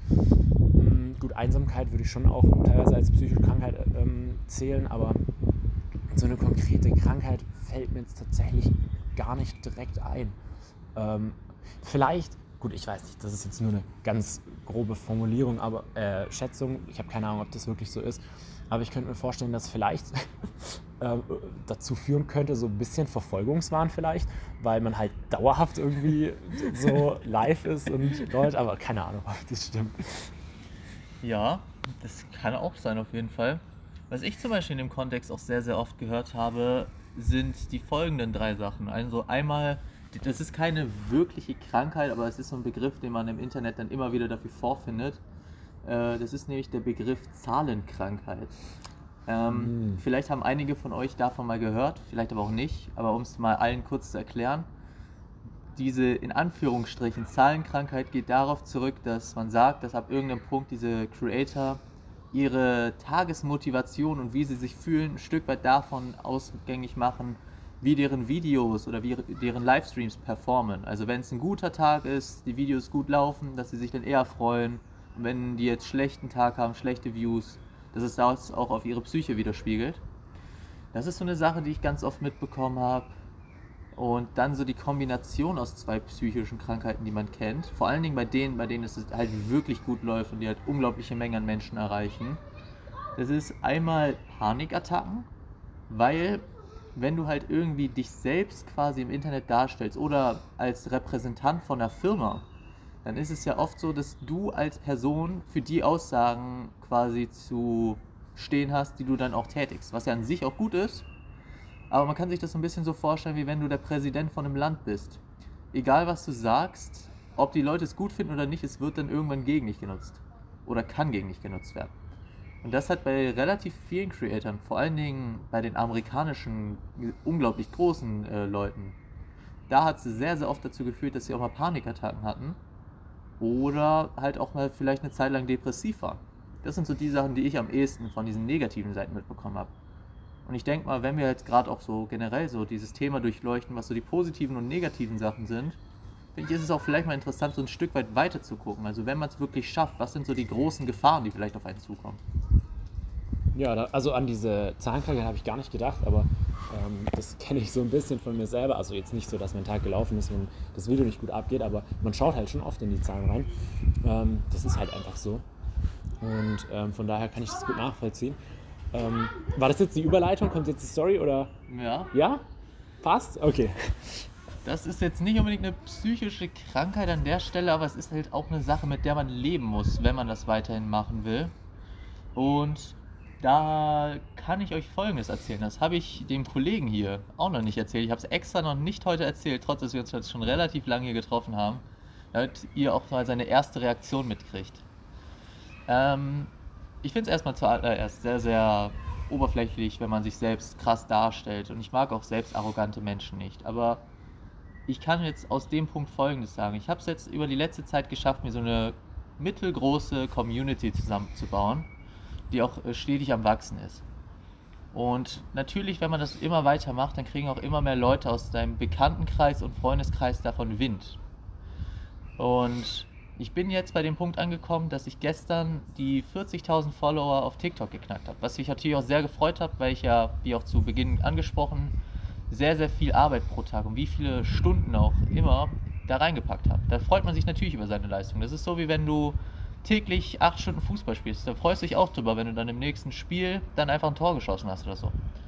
mh, gut, Einsamkeit würde ich schon auch teilweise als psychische Krankheit ähm, zählen, aber so eine konkrete Krankheit fällt mir jetzt tatsächlich gar nicht direkt ein. Ähm, vielleicht Gut, ich weiß nicht, das ist jetzt nur eine ganz grobe Formulierung, aber äh, Schätzung, ich habe keine Ahnung, ob das wirklich so ist, aber ich könnte mir vorstellen, dass vielleicht äh, dazu führen könnte, so ein bisschen Verfolgungswahn vielleicht, weil man halt dauerhaft irgendwie so live ist und Leute, aber keine Ahnung, ob das stimmt. Ja, das kann auch sein auf jeden Fall. Was ich zum Beispiel in dem Kontext auch sehr, sehr oft gehört habe, sind die folgenden drei Sachen. Also einmal, das ist keine wirkliche Krankheit, aber es ist so ein Begriff, den man im Internet dann immer wieder dafür vorfindet. Äh, das ist nämlich der Begriff Zahlenkrankheit. Ähm, mm. Vielleicht haben einige von euch davon mal gehört, vielleicht aber auch nicht, aber um es mal allen kurz zu erklären, diese in Anführungsstrichen Zahlenkrankheit geht darauf zurück, dass man sagt, dass ab irgendeinem Punkt diese Creator ihre Tagesmotivation und wie sie sich fühlen ein Stück weit davon ausgängig machen, wie deren Videos oder wie deren Livestreams performen. Also wenn es ein guter Tag ist, die Videos gut laufen, dass sie sich dann eher freuen. Und wenn die jetzt schlechten Tag haben, schlechte Views, dass es das auch auf ihre Psyche widerspiegelt. Das ist so eine Sache, die ich ganz oft mitbekommen habe. Und dann so die Kombination aus zwei psychischen Krankheiten, die man kennt. Vor allen Dingen bei denen, bei denen es halt wirklich gut läuft und die halt unglaubliche Mengen an Menschen erreichen. Das ist einmal Panikattacken, weil wenn du halt irgendwie dich selbst quasi im Internet darstellst oder als Repräsentant von einer Firma, dann ist es ja oft so, dass du als Person für die Aussagen quasi zu stehen hast, die du dann auch tätigst, was ja an sich auch gut ist. Aber man kann sich das so ein bisschen so vorstellen, wie wenn du der Präsident von einem Land bist. Egal was du sagst, ob die Leute es gut finden oder nicht, es wird dann irgendwann gegen dich genutzt. Oder kann gegen dich genutzt werden. Und das hat bei relativ vielen Creatoren, vor allen Dingen bei den amerikanischen, unglaublich großen äh, Leuten, da hat es sehr, sehr oft dazu geführt, dass sie auch mal Panikattacken hatten. Oder halt auch mal vielleicht eine Zeit lang depressiv waren. Das sind so die Sachen, die ich am ehesten von diesen negativen Seiten mitbekommen habe. Und ich denke mal, wenn wir jetzt gerade auch so generell so dieses Thema durchleuchten, was so die positiven und negativen Sachen sind, finde ich, ist es auch vielleicht mal interessant, so ein Stück weit weiter zu gucken. Also wenn man es wirklich schafft, was sind so die großen Gefahren, die vielleicht auf einen zukommen? Ja, da, also an diese Zahlenkrankheit habe ich gar nicht gedacht, aber ähm, das kenne ich so ein bisschen von mir selber. Also jetzt nicht so, dass mein Tag gelaufen ist, wenn das Video nicht gut abgeht, aber man schaut halt schon oft in die Zahlen rein. Ähm, das ist halt einfach so. Und ähm, von daher kann ich das gut nachvollziehen. Ähm, war das jetzt die Überleitung? Kommt jetzt die Story oder? Ja. Ja? Passt? Okay. Das ist jetzt nicht unbedingt eine psychische Krankheit an der Stelle, aber es ist halt auch eine Sache, mit der man leben muss, wenn man das weiterhin machen will. Und da kann ich euch Folgendes erzählen. Das habe ich dem Kollegen hier auch noch nicht erzählt. Ich habe es extra noch nicht heute erzählt, trotz dass wir uns jetzt schon relativ lange hier getroffen haben, damit ihr auch mal seine erste Reaktion mitkriegt. Ähm, ich finde es erstmal zuallererst sehr, sehr oberflächlich, wenn man sich selbst krass darstellt. Und ich mag auch selbst arrogante Menschen nicht. Aber ich kann jetzt aus dem Punkt Folgendes sagen. Ich habe es jetzt über die letzte Zeit geschafft, mir so eine mittelgroße Community zusammenzubauen, die auch stetig am Wachsen ist. Und natürlich, wenn man das immer weiter macht, dann kriegen auch immer mehr Leute aus deinem Bekanntenkreis und Freundeskreis davon Wind. Und ich bin jetzt bei dem Punkt angekommen, dass ich gestern die vierzigtausend Follower auf TikTok geknackt habe. Was mich natürlich auch sehr gefreut hat, weil ich ja, wie auch zu Beginn angesprochen, sehr, sehr viel Arbeit pro Tag und wie viele Stunden auch immer da reingepackt habe. Da freut man sich natürlich über seine Leistung. Das ist so, wie wenn du täglich acht Stunden Fußball spielst. Da freust du dich auch drüber, wenn du dann im nächsten Spiel dann einfach ein Tor geschossen hast oder so.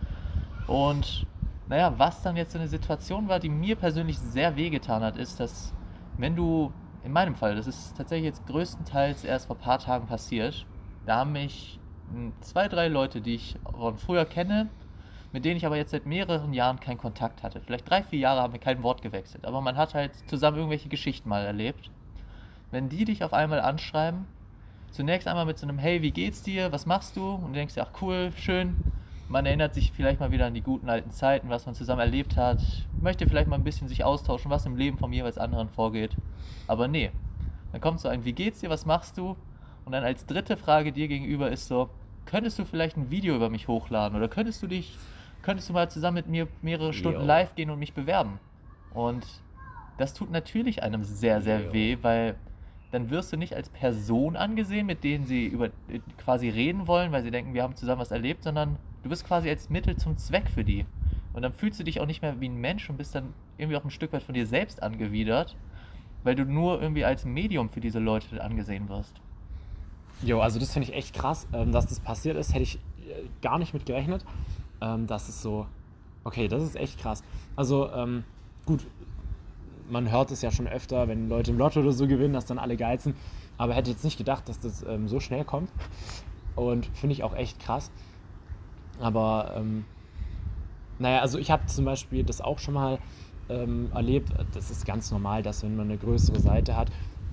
Und naja, was dann jetzt so eine Situation war, die mir persönlich sehr wehgetan hat, ist, dass wenn du, in meinem Fall, das ist tatsächlich jetzt größtenteils erst vor ein paar Tagen passiert, da haben mich zwei, drei Leute, die ich von früher kenne, mit denen ich aber jetzt seit mehreren Jahren keinen Kontakt hatte. Vielleicht drei, vier Jahre haben wir kein Wort gewechselt, aber man hat halt zusammen irgendwelche Geschichten mal erlebt. Wenn die dich auf einmal anschreiben, zunächst einmal mit so einem Hey, wie geht's dir, was machst du? Und du denkst dir, ach cool, schön. Man erinnert sich vielleicht mal wieder an die guten alten Zeiten, was man zusammen erlebt hat, möchte vielleicht mal ein bisschen sich austauschen, was im Leben vom jeweils anderen vorgeht. Aber nee, dann kommt so ein Wie geht's dir, was machst du? Und dann als dritte Frage dir gegenüber ist so, könntest du vielleicht ein Video über mich hochladen oder könntest du dich, könntest du mal zusammen mit mir mehrere Stunden Yo. live gehen und mich bewerben? Und das tut natürlich einem sehr, sehr Yo. weh, weil dann wirst du nicht als Person angesehen, mit denen sie über quasi reden wollen, weil sie denken, wir haben zusammen was erlebt, sondern du bist quasi als Mittel zum Zweck für die. Und dann fühlst du dich auch nicht mehr wie ein Mensch und bist dann irgendwie auch ein Stück weit von dir selbst angewidert, weil du nur irgendwie als Medium für diese Leute angesehen wirst. Jo, also das finde ich echt krass, dass das passiert ist, hätte ich gar nicht mit gerechnet. Das ist so, okay, das ist echt krass. Also ähm, gut, man hört es ja schon öfter, wenn Leute im Lotto oder so gewinnen, dass dann alle geil sind. Aber hätte jetzt nicht gedacht, dass das ähm, so schnell kommt. Und finde ich auch echt krass. Aber, ähm, naja, also ich habe zum Beispiel das auch schon mal ähm, erlebt. Das ist ganz normal, dass wenn man eine größere Seite hat,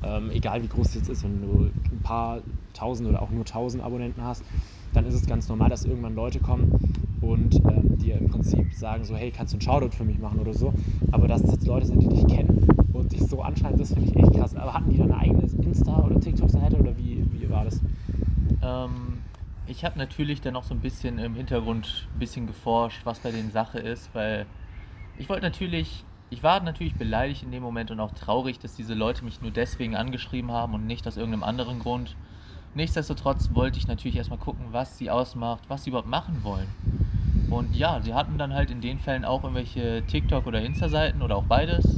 ähm, egal wie groß es jetzt ist, wenn du ein paar tausend oder auch nur tausend Abonnenten hast, dann ist es ganz normal, dass irgendwann Leute kommen und ähm, dir im Prinzip sagen so, hey, kannst du einen Shoutout für mich machen oder so, aber dass das jetzt Leute sind, die dich kennen und dich so anscheinend, das finde ich echt krass. Aber hatten die dann eine eigene Insta- oder TikTok-Seite oder wie, wie war das? Ähm, ich habe natürlich dann noch so ein bisschen im Hintergrund ein bisschen geforscht, was bei denen Sache ist, weil ich wollte natürlich, ich war natürlich beleidigt in dem Moment und auch traurig, dass diese Leute mich nur deswegen angeschrieben haben und nicht aus irgendeinem anderen Grund. Nichtsdestotrotz wollte ich natürlich erstmal gucken, was sie ausmacht, was sie überhaupt machen wollen. Und ja, sie hatten dann halt in den Fällen auch irgendwelche TikTok- oder Insta-Seiten oder auch beides.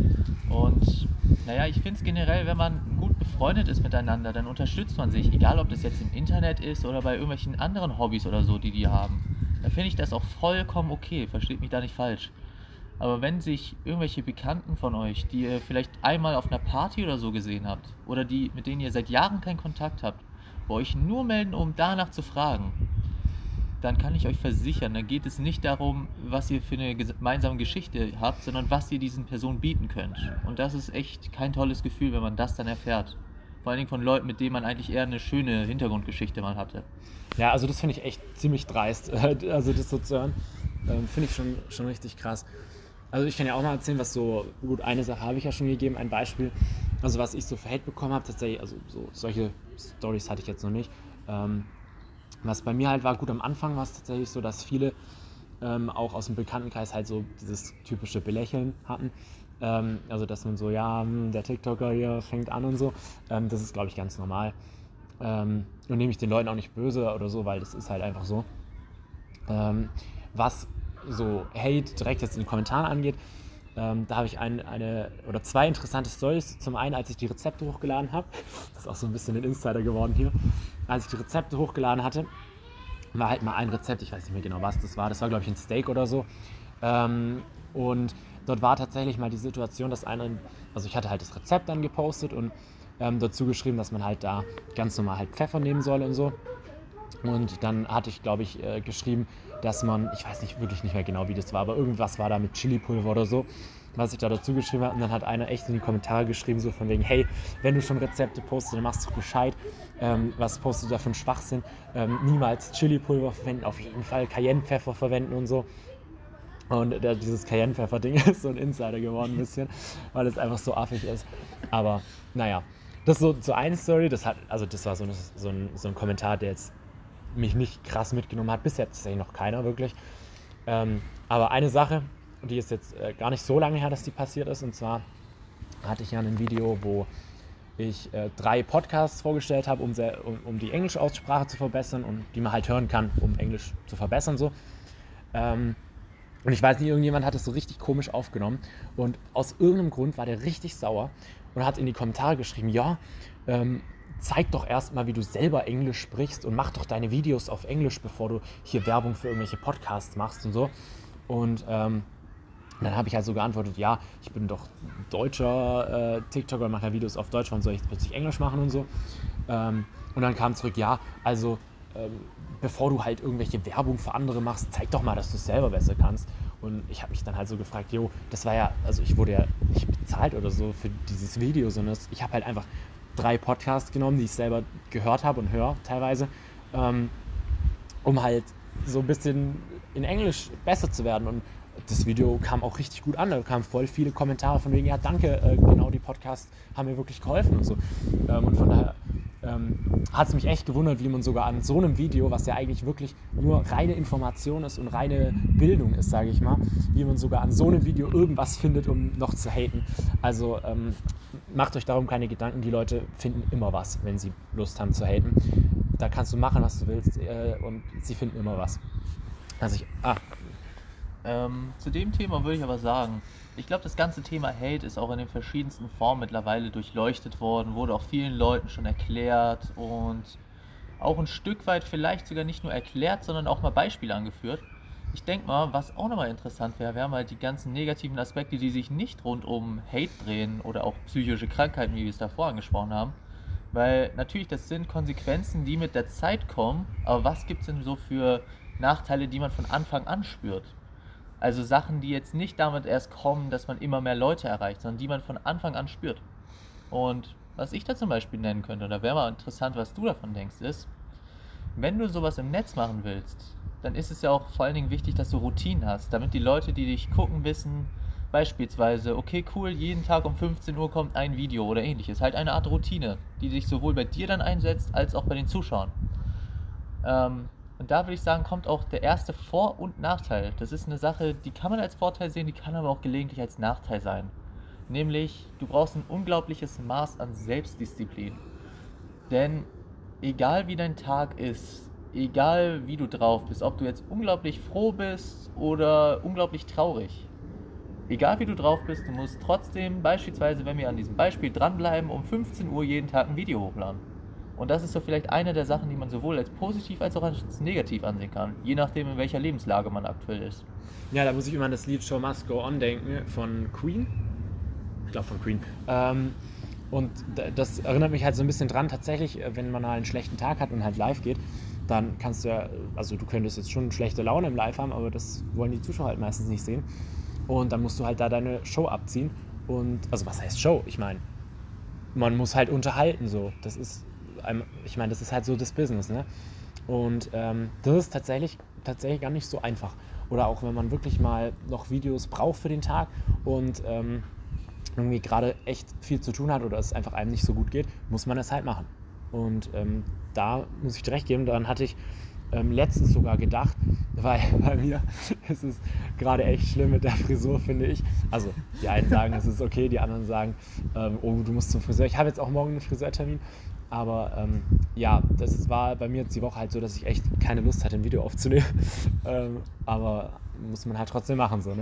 Und naja, ich finde es generell, wenn man gut befreundet ist miteinander, dann unterstützt man sich, egal ob das jetzt im Internet ist oder bei irgendwelchen anderen Hobbys oder so, die die haben. Da finde ich das auch vollkommen okay, versteht mich da nicht falsch. Aber wenn sich irgendwelche Bekannten von euch, die ihr vielleicht einmal auf einer Party oder so gesehen habt, oder die, mit denen ihr seit Jahren keinen Kontakt habt, bei euch nur melden, um danach zu fragen, dann kann ich euch versichern, dann geht es nicht darum, was ihr für eine gemeinsame Geschichte habt, sondern was ihr diesen Personen bieten könnt. Und das ist echt kein tolles Gefühl, wenn man das dann erfährt. Vor allen Dingen von Leuten, mit denen man eigentlich eher eine schöne Hintergrundgeschichte mal hatte. Ja, also das finde ich echt ziemlich dreist, also das so zu hören, ähm, finde ich schon, schon richtig krass. Also ich kann ja auch mal erzählen, was so, gut, eine Sache habe ich ja schon gegeben, ein Beispiel, also was ich so für Hate bekommen habe, tatsächlich, also so, solche Stories hatte ich jetzt noch nicht. Ähm, was bei mir halt war, gut, am Anfang war es tatsächlich so, dass viele ähm, auch aus dem Bekanntenkreis halt so dieses typische Belächeln hatten. Ähm, also dass man so, ja, der TikToker hier fängt an und so. Ähm, das ist, glaube ich, ganz normal. Ähm, und nehme ich den Leuten auch nicht böse oder so, weil das ist halt einfach so. Ähm, was so Hate direkt jetzt in den Kommentaren angeht, ähm, da habe ich ein, eine oder zwei interessante Storys. Zum einen, als ich die Rezepte hochgeladen habe, das ist auch so ein bisschen ein Insider geworden hier, als ich die Rezepte hochgeladen hatte, war halt mal ein Rezept, ich weiß nicht mehr genau, was das war, das war, glaube ich, ein Steak oder so. Ähm, und dort war tatsächlich mal die Situation, dass einer, also ich hatte halt das Rezept dann gepostet und ähm, dazu geschrieben, dass man halt da ganz normal halt Pfeffer nehmen soll und so. Und dann hatte ich, glaube ich, äh, geschrieben, dass man, ich weiß nicht wirklich nicht mehr genau, wie das war, aber irgendwas war da mit Chili-Pulver oder so, was ich da dazu geschrieben habe. Und dann hat einer echt in die Kommentare geschrieben, so von wegen, hey, wenn du schon Rezepte postest, dann machst du Bescheid. Ähm, was postest du da für einen Schwachsinn? Ähm, niemals Chili-Pulver verwenden, auf jeden Fall Cayenne-Pfeffer verwenden und so. Und äh, dieses Cayenne-Pfeffer-Ding ist so ein Insider geworden ein bisschen, weil es einfach so affig ist. Aber naja, das ist so, so eine Story, das hat, also das war so, eine, so, ein, so ein Kommentar, der jetzt mich nicht krass mitgenommen hat. Bisher tatsächlich noch keiner wirklich. Ähm, aber eine Sache, die ist jetzt äh, gar nicht so lange her, dass die passiert ist. Und zwar hatte ich ja ein Video, wo ich äh, drei Podcasts vorgestellt habe, um, um, um die Englischaussprache zu verbessern und die man halt hören kann, um Englisch zu verbessern. So. Ähm, und ich weiß nicht, irgendjemand hat es so richtig komisch aufgenommen. Und aus irgendeinem Grund war der richtig sauer und hat in die Kommentare geschrieben, ja, ähm, zeig doch erstmal, wie du selber Englisch sprichst und mach doch deine Videos auf Englisch, bevor du hier Werbung für irgendwelche Podcasts machst und so. Und ähm, dann habe ich halt so geantwortet, ja, ich bin doch deutscher äh, TikToker, mache ja Videos auf Deutsch, warum soll ich jetzt plötzlich Englisch machen und so. Ähm, und dann kam zurück, ja, also ähm, bevor du halt irgendwelche Werbung für andere machst, zeig doch mal, dass du es selber besser kannst. Und ich habe mich dann halt so gefragt, jo, das war ja, also ich wurde ja nicht bezahlt oder so für dieses Video, sondern ich habe halt einfach drei Podcasts genommen, die ich selber gehört habe und höre teilweise, ähm, um halt so ein bisschen in Englisch besser zu werden. Und das Video kam auch richtig gut an. Da kamen voll viele Kommentare von wegen, ja danke, äh, genau die Podcasts haben mir wirklich geholfen und so. Ähm, und von daher ähm, hat es mich echt gewundert, wie man sogar an so einem Video, was ja eigentlich wirklich nur reine Information ist und reine Bildung ist, sage ich mal, wie man sogar an so einem Video irgendwas findet, um noch zu haten. Also ähm, macht euch darum keine Gedanken, die Leute finden immer was, wenn sie Lust haben zu haten. Da kannst du machen, was du willst äh, und sie finden immer was. Also ich, ah, Ähm, zu dem Thema würde ich aber sagen, ich glaube, das ganze Thema Hate ist auch in den verschiedensten Formen mittlerweile durchleuchtet worden, wurde auch vielen Leuten schon erklärt und auch ein Stück weit vielleicht sogar nicht nur erklärt, sondern auch mal Beispiele angeführt. Ich denke mal, was auch nochmal interessant wäre, wären mal die ganzen negativen Aspekte, die sich nicht rund um Hate drehen oder auch psychische Krankheiten, wie wir es davor angesprochen haben. Weil natürlich, das sind Konsequenzen, die mit der Zeit kommen, aber was gibt es denn so für Nachteile, die man von Anfang an spürt? Also Sachen, die jetzt nicht damit erst kommen, dass man immer mehr Leute erreicht, sondern die man von Anfang an spürt. Und was ich da zum Beispiel nennen könnte, da wäre mal interessant, was du davon denkst, ist, wenn du sowas im Netz machen willst, dann ist es ja auch vor allen Dingen wichtig, dass du Routinen hast, damit die Leute, die dich gucken, wissen, beispielsweise, okay, cool, jeden Tag um fünfzehn Uhr kommt ein Video oder ähnliches. Halt eine Art Routine, die sich sowohl bei dir dann einsetzt, als auch bei den Zuschauern. Ähm, und da würde ich sagen, kommt auch der erste Vor- und Nachteil. Das ist eine Sache, die kann man als Vorteil sehen, die kann aber auch gelegentlich als Nachteil sein. Nämlich, du brauchst ein unglaubliches Maß an Selbstdisziplin. Denn egal wie dein Tag ist, egal wie du drauf bist, ob du jetzt unglaublich froh bist oder unglaublich traurig, egal wie du drauf bist, du musst trotzdem, beispielsweise, wenn wir an diesem Beispiel dranbleiben, um fünfzehn Uhr jeden Tag ein Video hochladen. Und das ist so vielleicht eine der Sachen, die man sowohl als positiv als auch als negativ ansehen kann, je nachdem, in welcher Lebenslage man aktuell ist. Ja, da muss ich immer an das Lied Show Must Go On denken von Queen. Ich glaube von Queen. Ähm, und das erinnert mich halt so ein bisschen dran, tatsächlich, wenn man mal einen schlechten Tag hat und halt live geht, dann kannst du ja, also du könntest jetzt schon schlechte Laune im Live haben, aber das wollen die Zuschauer halt meistens nicht sehen. Und dann musst du halt da deine Show abziehen. Und, also was heißt Show? Ich meine, man muss halt unterhalten so. Das ist, ich meine, das ist halt so das Business, ne? Und ähm, das ist tatsächlich, tatsächlich gar nicht so einfach. Oder auch wenn man wirklich mal noch Videos braucht für den Tag und ähm, irgendwie gerade echt viel zu tun hat oder es einfach einem nicht so gut geht, muss man es halt machen. Und ähm, da muss ich dir recht geben, daran hatte ich ähm, letztens sogar gedacht, weil bei mir ist es gerade echt schlimm mit der Frisur, finde ich. Also die einen sagen, es ist okay, die anderen sagen, ähm, oh, du musst zum Friseur. Ich habe jetzt auch morgen einen Friseurtermin, aber ähm, ja, das war bei mir jetzt die Woche halt so, dass ich echt keine Lust hatte, ein Video aufzunehmen. ähm, aber muss man halt trotzdem machen, so, ne?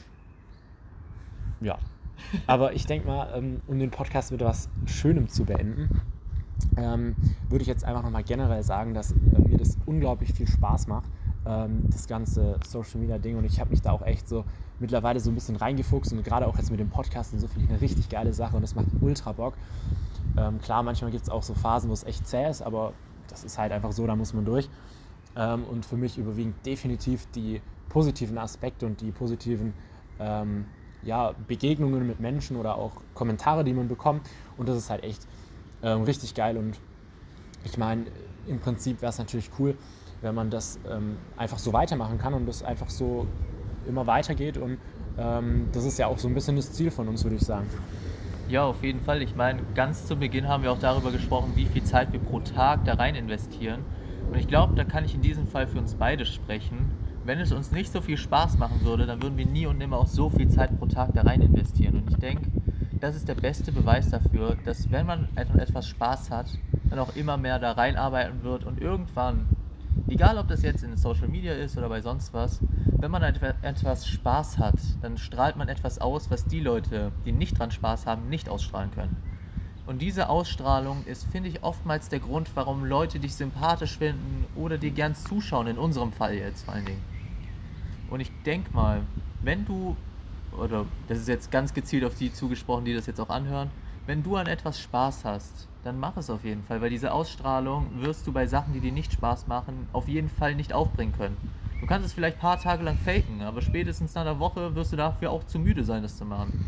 Ja. Aber ich denke mal, ähm, um den Podcast mit etwas Schönem zu beenden, ähm, würde ich jetzt einfach nochmal generell sagen, dass äh, mir das unglaublich viel Spaß macht, ähm, das ganze Social Media Ding, und ich habe mich da auch echt so mittlerweile so ein bisschen reingefuchst und gerade auch jetzt mit dem Podcast und so finde ich eine richtig geile Sache und das macht ultra Bock. Ähm, klar, manchmal gibt es auch so Phasen, wo es echt zäh ist, aber das ist halt einfach so, da muss man durch. Ähm, und für mich überwiegen definitiv die positiven Aspekte und die positiven ähm, ja, Begegnungen mit Menschen oder auch Kommentare, die man bekommt, und das ist halt echt ähm, richtig geil. Und ich meine, im Prinzip wäre es natürlich cool, wenn man das ähm, einfach so weitermachen kann und das einfach so immer weitergeht, und ähm, das ist ja auch so ein bisschen das Ziel von uns, würde ich sagen. Ja, auf jeden Fall. Ich meine, ganz zu Beginn haben wir auch darüber gesprochen, wie viel Zeit wir pro Tag da rein investieren. Und ich glaube, da kann ich in diesem Fall für uns beide sprechen. Wenn es uns nicht so viel Spaß machen würde, dann würden wir nie und nimmer auch so viel Zeit pro Tag da rein investieren. Und ich denke, das ist der beste Beweis dafür, dass wenn man etwas Spaß hat, dann auch immer mehr da reinarbeiten wird und irgendwann, egal ob das jetzt in Social Media ist oder bei sonst was, wenn man etwas Spaß hat, dann strahlt man etwas aus, was die Leute, die nicht dran Spaß haben, nicht ausstrahlen können. Und diese Ausstrahlung ist, finde ich, oftmals der Grund, warum Leute dich sympathisch finden oder dir gern zuschauen, in unserem Fall jetzt vor allen Dingen. Und ich denke mal, wenn du, oder das ist jetzt ganz gezielt auf die zugesprochen, die das jetzt auch anhören, wenn du an etwas Spaß hast, dann mach es auf jeden Fall, weil diese Ausstrahlung wirst du bei Sachen, die dir nicht Spaß machen, auf jeden Fall nicht aufbringen können. Du kannst es vielleicht ein paar Tage lang faken, aber spätestens nach einer Woche wirst du dafür auch zu müde sein, das zu machen.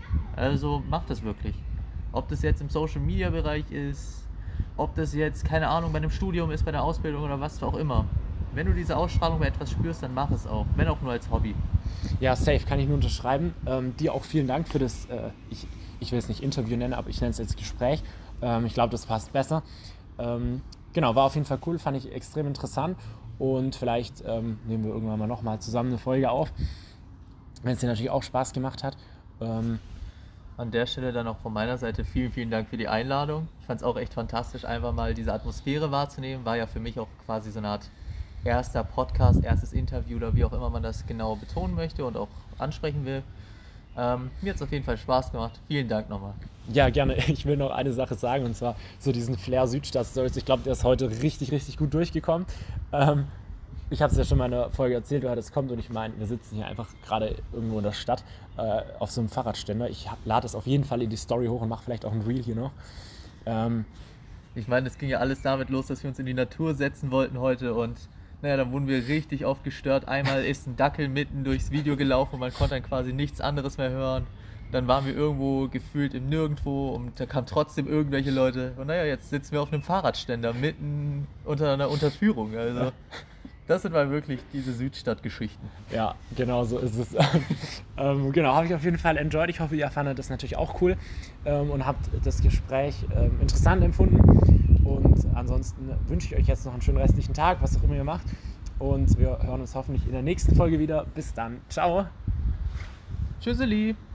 Also mach das wirklich. Ob das jetzt im Social-Media-Bereich ist, ob das jetzt, keine Ahnung, bei einem Studium ist, bei der Ausbildung oder was auch immer. Wenn du diese Ausstrahlung bei etwas spürst, dann mach es auch, wenn auch nur als Hobby. Ja, safe, kann ich nur unterschreiben. Ähm, dir auch vielen Dank für das, äh, ich, ich will es nicht Interview nennen, aber ich nenne es jetzt Gespräch. Ähm, ich glaube, das passt besser. Ähm, genau, war auf jeden Fall cool, fand ich extrem interessant, und vielleicht ähm, nehmen wir irgendwann mal nochmal zusammen eine Folge auf, wenn es dir natürlich auch Spaß gemacht hat. Ähm, An der Stelle dann auch von meiner Seite vielen, vielen Dank für die Einladung. Ich fand es auch echt fantastisch, einfach mal diese Atmosphäre wahrzunehmen. War ja für mich auch quasi so eine Art erster Podcast, erstes Interview oder wie auch immer man das genau betonen möchte und auch ansprechen will. Ähm, mir hat es auf jeden Fall Spaß gemacht. Vielen Dank nochmal. Ja, gerne. Ich will noch eine Sache sagen, und zwar so diesen Flair Südstadt-Stories. Ich glaube, der ist heute richtig, richtig gut durchgekommen. Ähm, ich habe es ja schon mal in der Folge erzählt, woher das kommt, und ich meine, wir sitzen hier einfach gerade irgendwo in der Stadt äh, auf so einem Fahrradständer. Ich lade das auf jeden Fall in die Story hoch und mache vielleicht auch ein Reel hier noch. Ähm, ich meine, es ging ja alles damit los, dass wir uns in die Natur setzen wollten heute, und naja, dann wurden wir richtig oft gestört. Einmal ist ein Dackel mitten durchs Video gelaufen und man konnte dann quasi nichts anderes mehr hören. Dann waren wir irgendwo gefühlt im Nirgendwo und da kamen trotzdem irgendwelche Leute. Und naja, jetzt sitzen wir auf einem Fahrradständer mitten unter einer Unterführung. Also das sind mal wirklich diese Südstadt-Geschichten. Ja, genau so ist es. ähm, genau, habe ich auf jeden Fall enjoyed. Ich hoffe, ihr fandet das natürlich auch cool ähm, und habt das Gespräch ähm, interessant empfunden. Und ansonsten wünsche ich euch jetzt noch einen schönen restlichen Tag, was auch immer ihr macht. Und wir hören uns hoffentlich in der nächsten Folge wieder. Bis dann. Ciao. Tschüsseli.